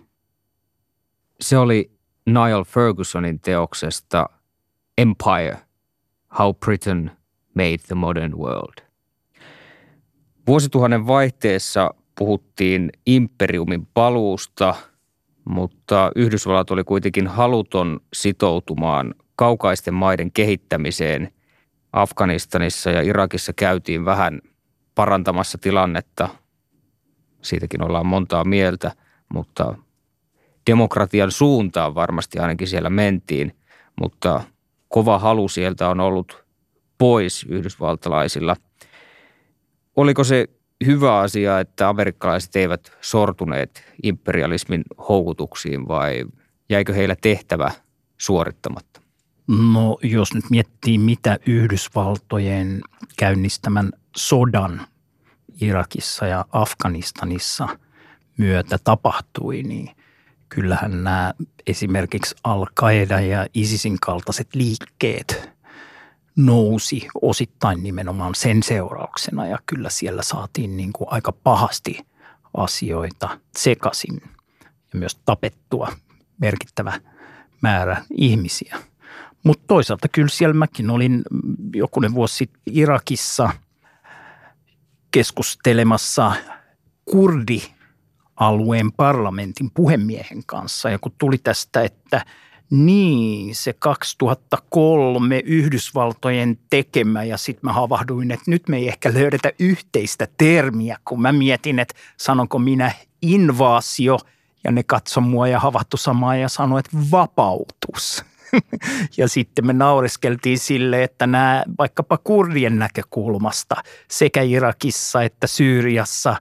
Se oli Niall Fergusonin teoksesta Empire, How Britain Made the Modern World. Vuosituhannen vaihteessa puhuttiin imperiumin paluusta, mutta Yhdysvallat oli kuitenkin haluton sitoutumaan kaukaisten maiden kehittämiseen. Afganistanissa ja Irakissa käytiin vähän parantamassa tilannetta. Siitäkin ollaan montaa mieltä, mutta demokratian suuntaan varmasti ainakin siellä mentiin, mutta kova halu sieltä on ollut pois yhdysvaltalaisilla. Oliko se hyvä asia, että amerikkalaiset eivät sortuneet imperialismin houkutuksiin vai jäikö heillä tehtävä suorittamatta? No jos nyt miettii, mitä Yhdysvaltojen käynnistämän sodan Irakissa ja Afganistanissa myötä tapahtui, niin kyllähän nämä esimerkiksi Al-Qaeda ja ISISin kaltaiset liikkeet nousi osittain nimenomaan sen seurauksena ja kyllä siellä saatiin niin kuin aika pahasti asioita sekaisin ja myös tapettua merkittävä määrä ihmisiä. Mutta toisaalta kyllä siellä mäkin olin jokunen vuosi sitten Irakissa keskustelemassa kurdialueen parlamentin puhemiehen kanssa ja kun tuli tästä, että niin, se 2003 Yhdysvaltojen tekemä ja sitten mä havahduin, että nyt me ei ehkä löydetä yhteistä termiä, kun mä mietin, että sanonko minä invaasio ja ne katsoi mua ja havahtu samaa ja sanoi, että vapautus. Ja sitten me naureskeltiin sille, että nämä vaikkapa kurdien näkökulmasta sekä Irakissa että Syyriassa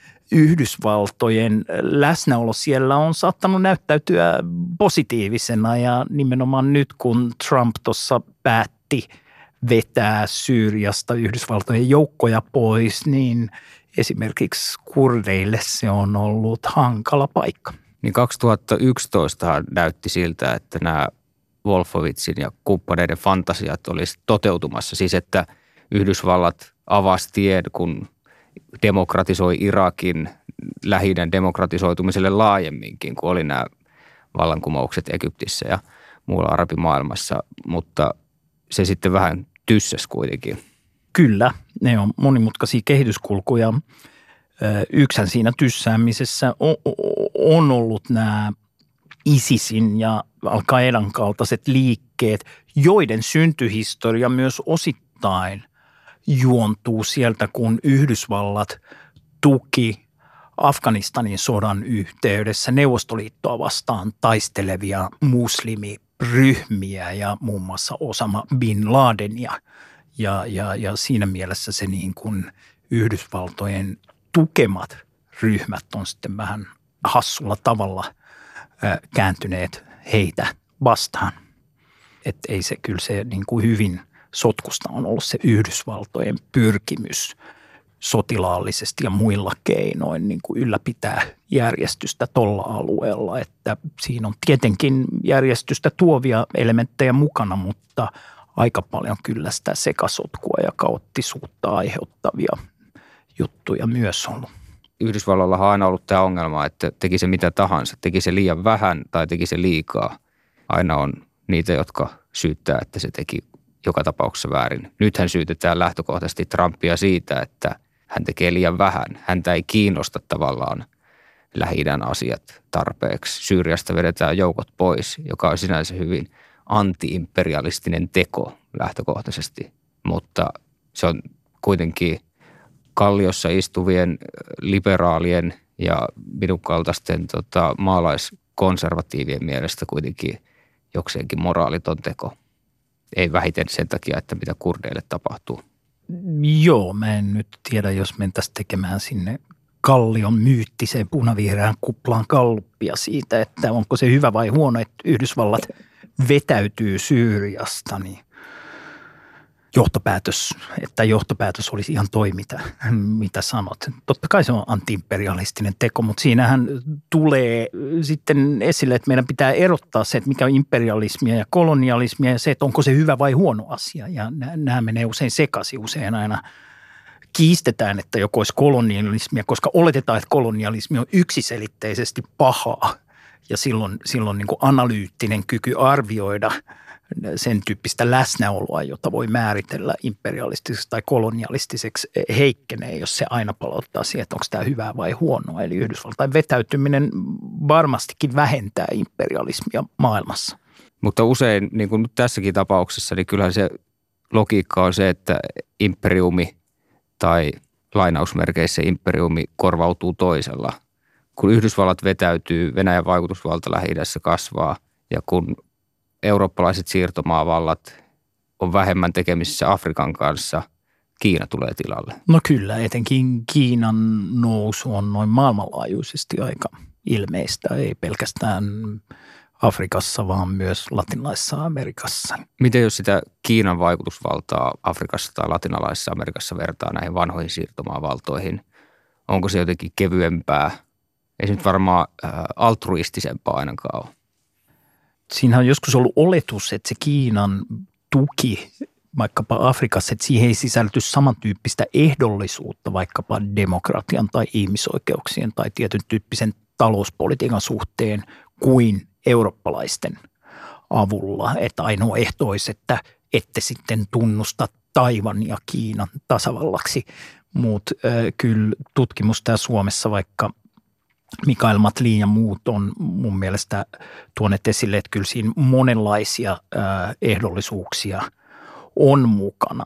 Yhdysvaltojen läsnäolo siellä on saattanut näyttäytyä positiivisena ja nimenomaan nyt kun Trump tuossa päätti vetää Syyriasta Yhdysvaltojen joukkoja pois, niin esimerkiksi kurdeille se on ollut hankala paikka. Niin 2011 näytti siltä, että nämä Wolfowitzin ja kumppaneiden fantasiat olisi toteutumassa. Siis että Yhdysvallat avasi tien, kun demokratisoi Irakin Lähi-idän demokratisoitumiselle laajemminkin, kun oli nämä vallankumoukset Egyptissä ja muualla arabimaailmassa, mutta se sitten vähän tyssäsi kuitenkin. Kyllä, ne on monimutkaisia kehityskulkuja. Yksihän siinä tyssäämisessä on ollut nämä ISISin ja Al-Qaedan kaltaiset liikkeet, joiden syntyhistoria myös osittain juontuu sieltä, kun Yhdysvallat tuki Afganistanin sodan yhteydessä Neuvostoliittoa vastaan taistelevia muslimiryhmiä ja muun muassa Osama bin Ladenia. Ja siinä mielessä se niin kuin Yhdysvaltojen tukemat ryhmät on sitten vähän hassulla tavalla kääntyneet heitä vastaan. Että ei se kyllä se niin kuin hyvin sotkusta on ollut se Yhdysvaltojen pyrkimys sotilaallisesti ja muilla keinoin niin kuin ylläpitää järjestystä tuolla alueella. Että siinä on tietenkin järjestystä tuovia elementtejä mukana, mutta aika paljon kyllä sitä sekasotkua ja kaoottisuutta aiheuttavia juttuja myös ollut. Yhdysvalloilla on aina ollut tämä ongelma, että teki se mitä tahansa, teki se liian vähän tai teki se liikaa. Aina on niitä, jotka syyttää, että se teki joka tapauksessa väärin. Nythän syytetään lähtökohtaisesti Trumpia siitä, että hän tekee liian vähän. Häntä ei kiinnosta tavallaan Lähi-idän asiat tarpeeksi. Syyriasta vedetään joukot pois, joka on sinänsä hyvin anti-imperialistinen teko lähtökohtaisesti, mutta se on kuitenkin kalliossa istuvien liberaalien ja minun kaltaisten maalaiskonservatiivien mielestä kuitenkin jokseenkin moraaliton teko. Ei vähiten sen takia, että mitä kurdeille tapahtuu. Joo, mä en nyt tiedä, jos mentäisiin tekemään sinne kallion myyttiseen punavihreään kuplaan galluppia siitä, että onko se hyvä vai huono, että Yhdysvallat vetäytyy Syyriasta, niin johtopäätös olisi ihan toi, mitä sanot. Totta kai se on anti-imperialistinen teko, mutta siinähän tulee sitten esille, että meidän pitää erottaa se, että mikä on imperialismia ja kolonialismia ja se, että onko se hyvä vai huono asia. Ja nämä menee usein sekaisin, usein aina kiistetään, että joku olisi kolonialismia, koska oletetaan, että kolonialismi on yksiselitteisesti pahaa ja silloin niin kuin analyyttinen kyky arvioida sen tyyppistä läsnäoloa, jota voi määritellä imperialistiseksi tai kolonialistiseksi, heikkenee, jos se aina palauttaa siihen, että onko tämä hyvää vai huonoa. Eli Yhdysvaltain vetäytyminen varmastikin vähentää imperialismia maailmassa. Mutta usein, niin kuin nyt tässäkin tapauksessa, niin kyllähän se logiikka on se, että imperiumi tai lainausmerkeissä imperiumi korvautuu toisella. Kun Yhdysvallat vetäytyy, Venäjän vaikutusvalta Lähi-idässä kasvaa ja kun eurooppalaiset siirtomaavallat on vähemmän tekemisissä Afrikan kanssa, Kiina tulee tilalle. No kyllä, etenkin Kiinan nousu on noin maailmanlaajuisesti aika ilmeistä, ei pelkästään Afrikassa, vaan myös latinalaisessa Amerikassa. Miten jos sitä Kiinan vaikutusvaltaa Afrikassa tai latinalaisessa Amerikassa vertaa näihin vanhoihin siirtomaavaltoihin? Onko se jotenkin kevyempää? Ei se nyt varmaan altruistisempaa ainakaan ole. Siinä on joskus ollut oletus, että se Kiinan tuki vaikkapa Afrikassa, että siihen ei sisälty samantyyppistä ehdollisuutta vaikkapa demokratian tai ihmisoikeuksien tai tietyn tyyppisen talouspolitiikan suhteen kuin eurooppalaisten avulla. Että ainoa ehto olisi, että ette sitten tunnusta Taiwania Kiinan tasavallaksi, mutta kyllä tutkimus täällä Suomessa vaikka Mikael Matlin ja muut on mun mielestä tuoneet esille, että kyllä siinä monenlaisia ehdollisuuksia on mukana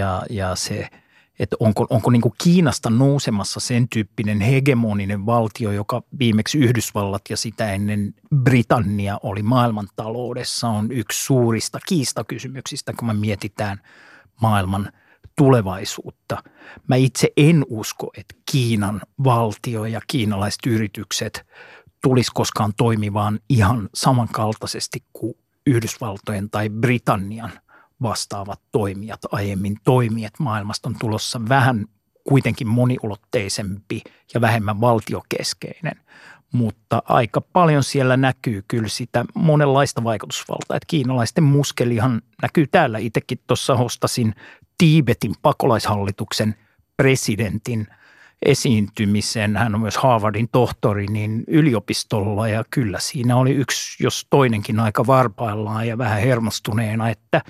ja se, että onko niin kuin Kiinasta nousemassa sen tyyppinen hegemoninen valtio, joka viimeksi Yhdysvallat ja sitä ennen Britannia oli maailmantaloudessa, on yksi suurista kiistakysymyksistä, kun me mietitään maailman tulevaisuutta. Mä itse en usko, että Kiinan valtio ja kiinalaiset yritykset tulisi koskaan toimimaan ihan samankaltaisesti kuin Yhdysvaltojen tai Britannian vastaavat toimijat aiemmin toimijat. Maailmasta on tulossa vähän kuitenkin moniulotteisempi ja vähemmän valtiokeskeinen, mutta aika paljon siellä näkyy kyllä sitä monenlaista vaikutusvaltaa. Että kiinalaisten muskelihan näkyy täällä. Itsekin tuossa hostasin Tiibetin pakolaishallituksen presidentin esiintymisen. Hän on myös Harvardin tohtori niin yliopistolla ja kyllä siinä oli yksi, jos toinenkin aika varpaillaan ja vähän hermostuneena, että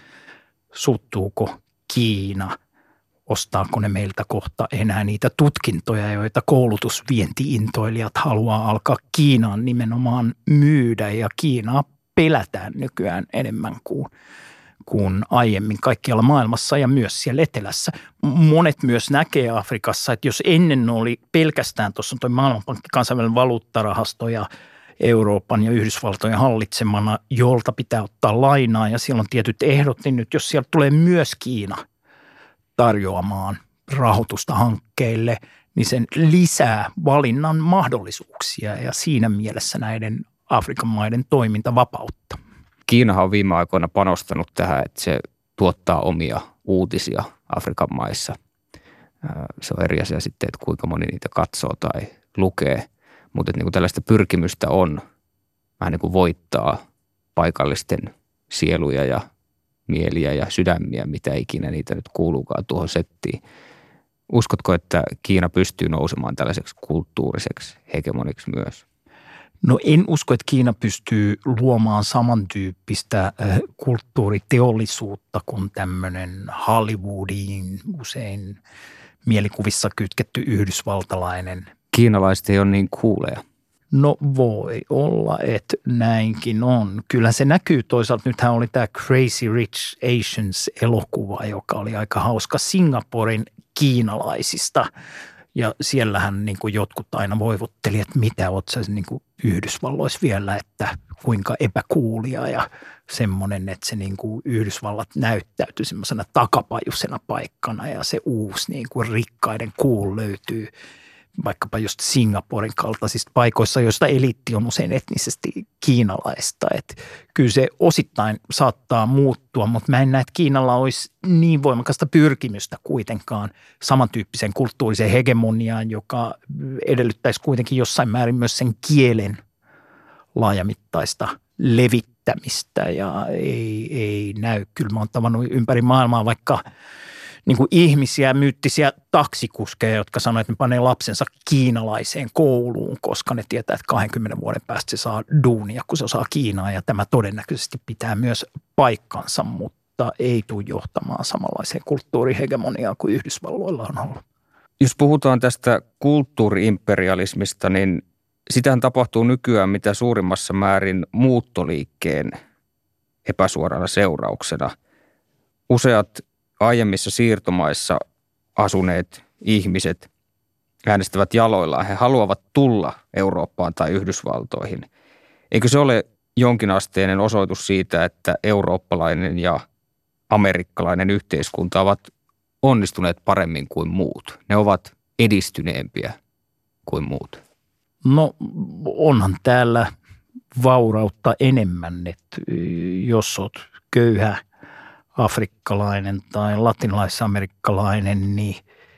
suuttuuko Kiina, ostaako ne meiltä kohta enää niitä tutkintoja, joita koulutusvienti-intoilijat haluaa alkaa Kiinaan nimenomaan myydä ja Kiinaa pelätään nykyään enemmän kuin aiemmin kaikkialla maailmassa ja myös siellä etelässä. Monet myös näkee Afrikassa, että jos ennen oli pelkästään, tuossa on tuo Maailmanpankki, kansainvälinen valuuttarahasto ja Euroopan ja Yhdysvaltojen hallitsemana, jolta pitää ottaa lainaa ja siellä on tietyt ehdot, niin nyt jos siellä tulee myös Kiina tarjoamaan rahoitusta hankkeille, niin sen lisää valinnan mahdollisuuksia ja siinä mielessä näiden Afrikan maiden toimintavapautta. Kiinahan on viime aikoina panostanut tähän, että se tuottaa omia uutisia Afrikan maissa. Se on eri asia sitten, että kuinka moni niitä katsoo tai lukee, mutta niin kuin tällaista pyrkimystä on vähän niin kuin voittaa paikallisten sieluja ja mieliä ja sydämiä, mitä ikinä niitä nyt kuuluukaan tuohon settiin. Uskotko, että Kiina pystyy nousemaan tällaiseksi kulttuuriseksi hegemoniksi myös? No en usko, että Kiina pystyy luomaan samantyyppistä kulttuuriteollisuutta kuin tämmöinen Hollywoodiin usein mielikuvissa kytketty yhdysvaltalainen. Kiinalaiset ei ole niin kuuleja. No voi olla, että näinkin on. Kyllä se näkyy toisaalta. Nythän oli tämä Crazy Rich Asians-elokuva, joka oli aika hauska Singaporen kiinalaisista. Ja siellähän niin kuin jotkut aina voivotteli, että mitä oot sä niin kuin Yhdysvalloissa vielä, että kuinka epäkuulia ja semmoinen, että se niin kuin Yhdysvallat näyttäytyi semmoisena takapajusena paikkana ja se uusi niin kuin rikkaiden cool löytyy vaikkapa just Singaporen kaltaisista paikoissa, joista eliitti on usein etnisesti kiinalaista. Että kyllä se osittain saattaa muuttua, mutta mä en näe, että Kiinalla olisi niin voimakasta pyrkimystä kuitenkaan samantyyppiseen kulttuuriseen hegemoniaan, joka edellyttäisi kuitenkin jossain määrin myös sen kielen laajamittaista levittämistä ja ei näy. Kyllä mä oon tavannut ympäri maailmaa vaikka niin kuin ihmisiä, myyttisiä taksikuskeja, jotka sanoo, että ne panee lapsensa kiinalaiseen kouluun, koska ne tietää, että 20 vuoden päästä se saa duunia, kun se osaa kiinaa. Ja tämä todennäköisesti pitää myös paikkansa, mutta ei tule johtamaan samanlaiseen kulttuurihegemoniaan kuin Yhdysvalloilla on ollut. Jos puhutaan tästä kulttuuri-imperialismista, niin sitähän tapahtuu nykyään mitä suurimmassa määrin muuttoliikkeen epäsuorana seurauksena. Useat aiemmissa siirtomaissa asuneet ihmiset äänestävät jaloillaan. He haluavat tulla Eurooppaan tai Yhdysvaltoihin. Eikö se ole jonkinasteinen osoitus siitä, että eurooppalainen ja amerikkalainen yhteiskunta ovat onnistuneet paremmin kuin muut? Ne ovat edistyneempiä kuin muut. No onhan täällä vaurautta enemmän, että jos olet köyhä afrikkalainen tai latinalaisamerikkalainen, niin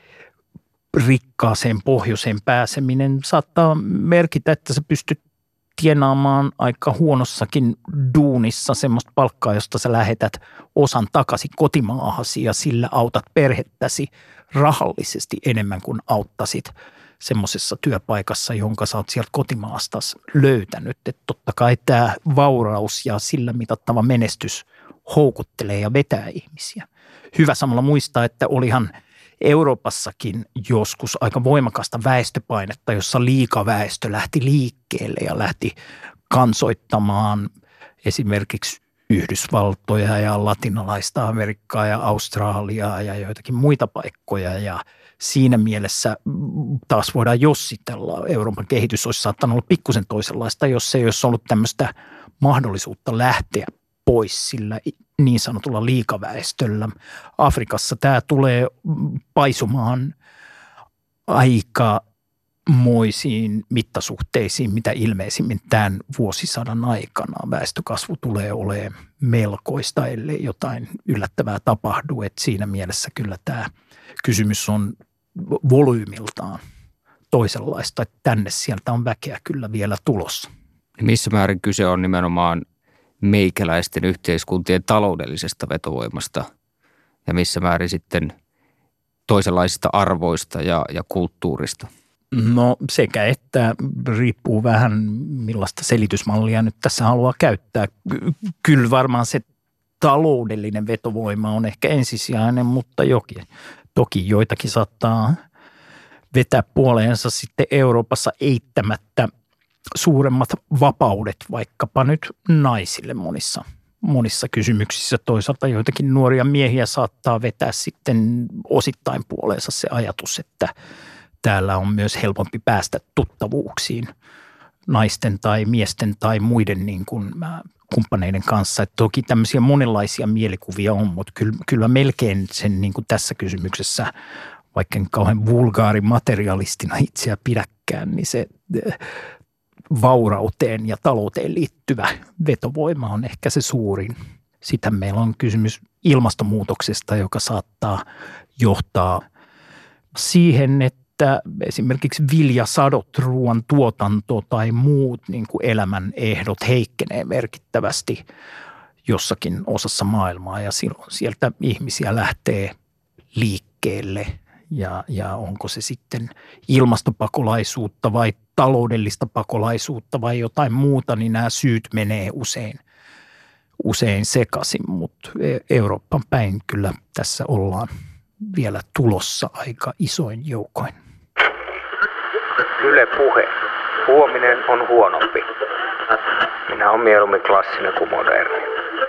rikkaaseen pohjoiseen pääseminen saattaa merkitä, että sä pystyt tienaamaan aika huonossakin duunissa semmoista palkkaa, josta sä lähetät osan takaisin kotimaahasi ja sillä autat perhettäsi rahallisesti enemmän kuin auttasit semmoisessa työpaikassa, jonka sä oot sieltä kotimaastas löytänyt. Että totta kai tämä vauraus ja sillä mitattava menestys houkuttelee ja vetää ihmisiä. Hyvä samalla muistaa, että olihan Euroopassakin joskus aika voimakasta väestöpainetta, jossa liikaväestö lähti liikkeelle ja lähti kansoittamaan esimerkiksi Yhdysvaltoja ja latinalaista Amerikkaa ja Australiaa ja joitakin muita paikkoja. Ja siinä mielessä taas voidaan jossitella. Euroopan kehitys olisi saattanut olla pikkusen toisenlaista, jos se ei olisi ollut tämmöistä mahdollisuutta lähteä pois sillä niin sanotulla liikaväestöllä. Afrikassa tämä tulee paisumaan aikamoisiin mittasuhteisiin, mitä ilmeisimmin tämän vuosisadan aikana. Väestökasvu tulee olemaan melkoista, ellei jotain yllättävää tapahdu. Et siinä mielessä kyllä tämä kysymys on volyymiltaan toisenlaista, että tänne sieltä on väkeä kyllä vielä tulossa. Missä määrin kyse on nimenomaan meikäläisten yhteiskuntien taloudellisesta vetovoimasta ja missä määrin sitten toisenlaisista arvoista ja kulttuurista? No sekä että riippuu vähän millaista selitysmallia nyt tässä haluaa käyttää. Kyllä varmaan se taloudellinen vetovoima on ehkä ensisijainen, mutta toki joitakin saattaa vetää puoleensa sitten Euroopassa eittämättä suuremmat vapaudet vaikkapa nyt naisille monissa kysymyksissä. Toisaalta joitakin nuoria miehiä saattaa vetää sitten osittain puoleensa se ajatus, että täällä on myös helpompi päästä tuttavuuksiin naisten tai miesten tai muiden niin kuin kumppaneiden kanssa. Että toki tämmöisiä monenlaisia mielikuvia on, mutta kyllä melkein sen niin kuin tässä kysymyksessä, vaikka en kauhean vulgaarimaterialistina itseä pidäkään, niin se vaurauteen ja talouteen liittyvä vetovoima on ehkä se suurin. Sitten meillä on kysymys ilmastonmuutoksesta, joka saattaa johtaa siihen, että esimerkiksi viljasadot, ruoan tuotanto tai muut niin kuin elämän ehdot heikkenee merkittävästi jossakin osassa maailmaa ja silloin sieltä ihmisiä lähtee liikkeelle. Ja onko se sitten ilmastopakolaisuutta vai taloudellista pakolaisuutta vai jotain muuta, niin nämä syyt menee usein sekaisin, mutta Euroopan päin kyllä tässä ollaan vielä tulossa aika isoin joukoin. Yle Puhe. Huominen on huonompi. Minä olen mieluummin klassinen kuin moderni.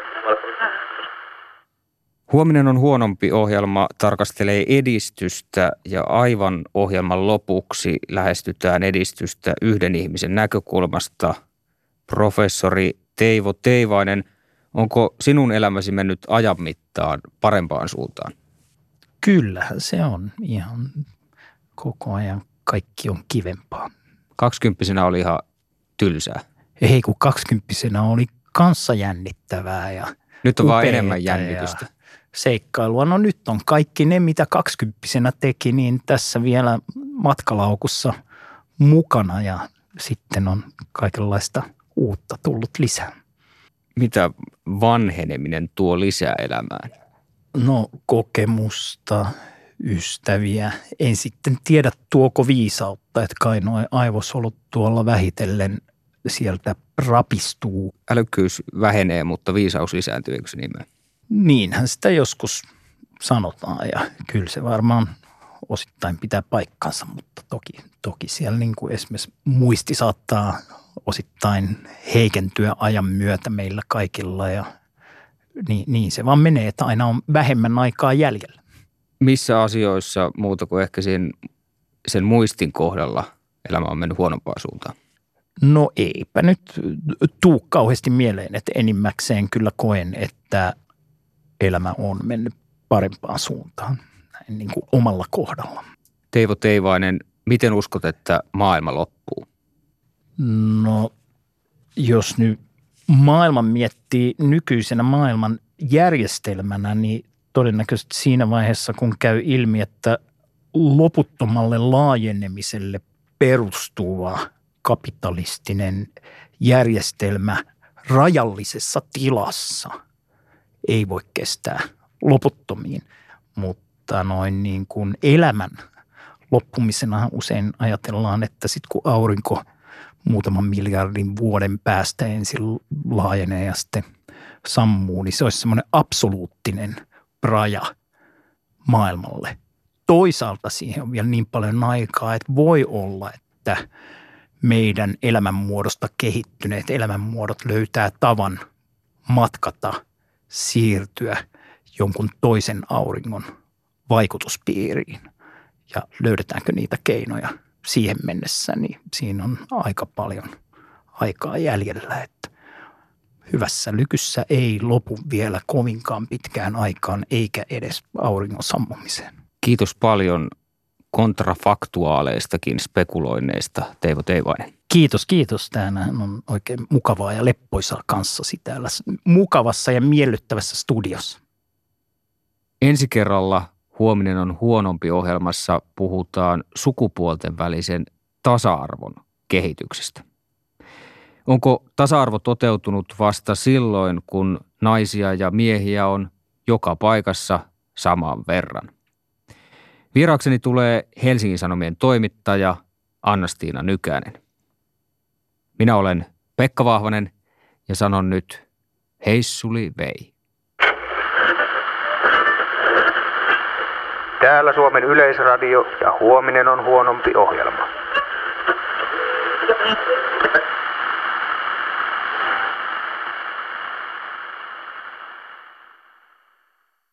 Huominen on huonompi -ohjelma tarkastelee edistystä ja aivan ohjelman lopuksi lähestytään edistystä yhden ihmisen näkökulmasta. Professori Teivo Teivainen, onko sinun elämäsi mennyt ajan mittaan parempaan suuntaan? Kyllähän se on ihan koko ajan kaikki on kivempaa. 20-vuotiaana oli ihan tylsää. Ei, kun 20-vuotiaana oli kanssa jännittävää ja nyt on vaan enemmän jännitystä. Seikkailua. No nyt on kaikki ne, mitä 20-vuotiaana teki, niin tässä vielä matkalaukussa mukana ja sitten on kaikenlaista uutta tullut lisää. Mitä vanheneminen tuo lisää elämään? No kokemusta, ystäviä. En sitten tiedä tuoko viisautta, että kai nuo aivosolut tuolla vähitellen sieltä rapistuu. Älykkyys vähenee, mutta viisaus lisääntyy, eikö se nimeä? Niinhän sitä joskus sanotaan ja kyllä se varmaan osittain pitää paikkansa, mutta toki siellä niin kuin esimerkiksi muisti saattaa osittain heikentyä ajan myötä meillä kaikilla ja niin se vaan menee, että aina on vähemmän aikaa jäljellä. Missä asioissa muuta kuin ehkä sen muistin kohdalla elämä on mennyt huonompaan suuntaan? No eipä nyt tuu kauheasti mieleen, että enimmäkseen kyllä koen, että elämä on mennyt parempaan suuntaan näin niin kuin omalla kohdalla. Teivo Teivainen, miten uskot, että maailma loppuu? No jos nyt maailman miettii nykyisenä maailman järjestelmänä, niin todennäköisesti siinä vaiheessa, kun käy ilmi, että loputtomalle laajenemiselle perustuva kapitalistinen järjestelmä rajallisessa tilassa ei voi kestää loputtomiin, mutta noin niin kuin elämän loppumisena usein ajatellaan, että sitten kun aurinko muutaman miljardin vuoden päästä ensin laajenee ja sitten sammuu, niin se olisi semmoinen absoluuttinen raja maailmalle. Toisaalta siihen on vielä niin paljon aikaa, että voi olla, että meidän elämänmuodosta kehittyneet elämänmuodot löytää tavan matkata, siirtyä jonkun toisen auringon vaikutuspiiriin. Ja löydetäänkö niitä keinoja siihen mennessä, niin siinä on aika paljon aikaa jäljellä, että hyvässä lykyssä ei lopu vielä kovinkaan pitkään aikaan eikä edes auringon sammumiseen. Kiitos paljon kontrafaktuaaleistakin spekuloinneista, Teivo Teivainen. Kiitos. Tämähän on oikein mukavaa ja leppoisaa kanssasi täällä mukavassa ja miellyttävässä studiossa. Ensi kerralla Huominen on huonompi -ohjelmassa puhutaan sukupuolten välisen tasa-arvon kehityksestä. Onko tasa-arvo toteutunut vasta silloin, kun naisia ja miehiä on joka paikassa saman verran? Vieraakseni tulee Helsingin Sanomien toimittaja Anna-Stiina Nykänen. Minä olen Pekka Vahvanen ja sanon nyt heissuli vei. Täällä Suomen Yleisradio ja Huominen on huonompi -ohjelma.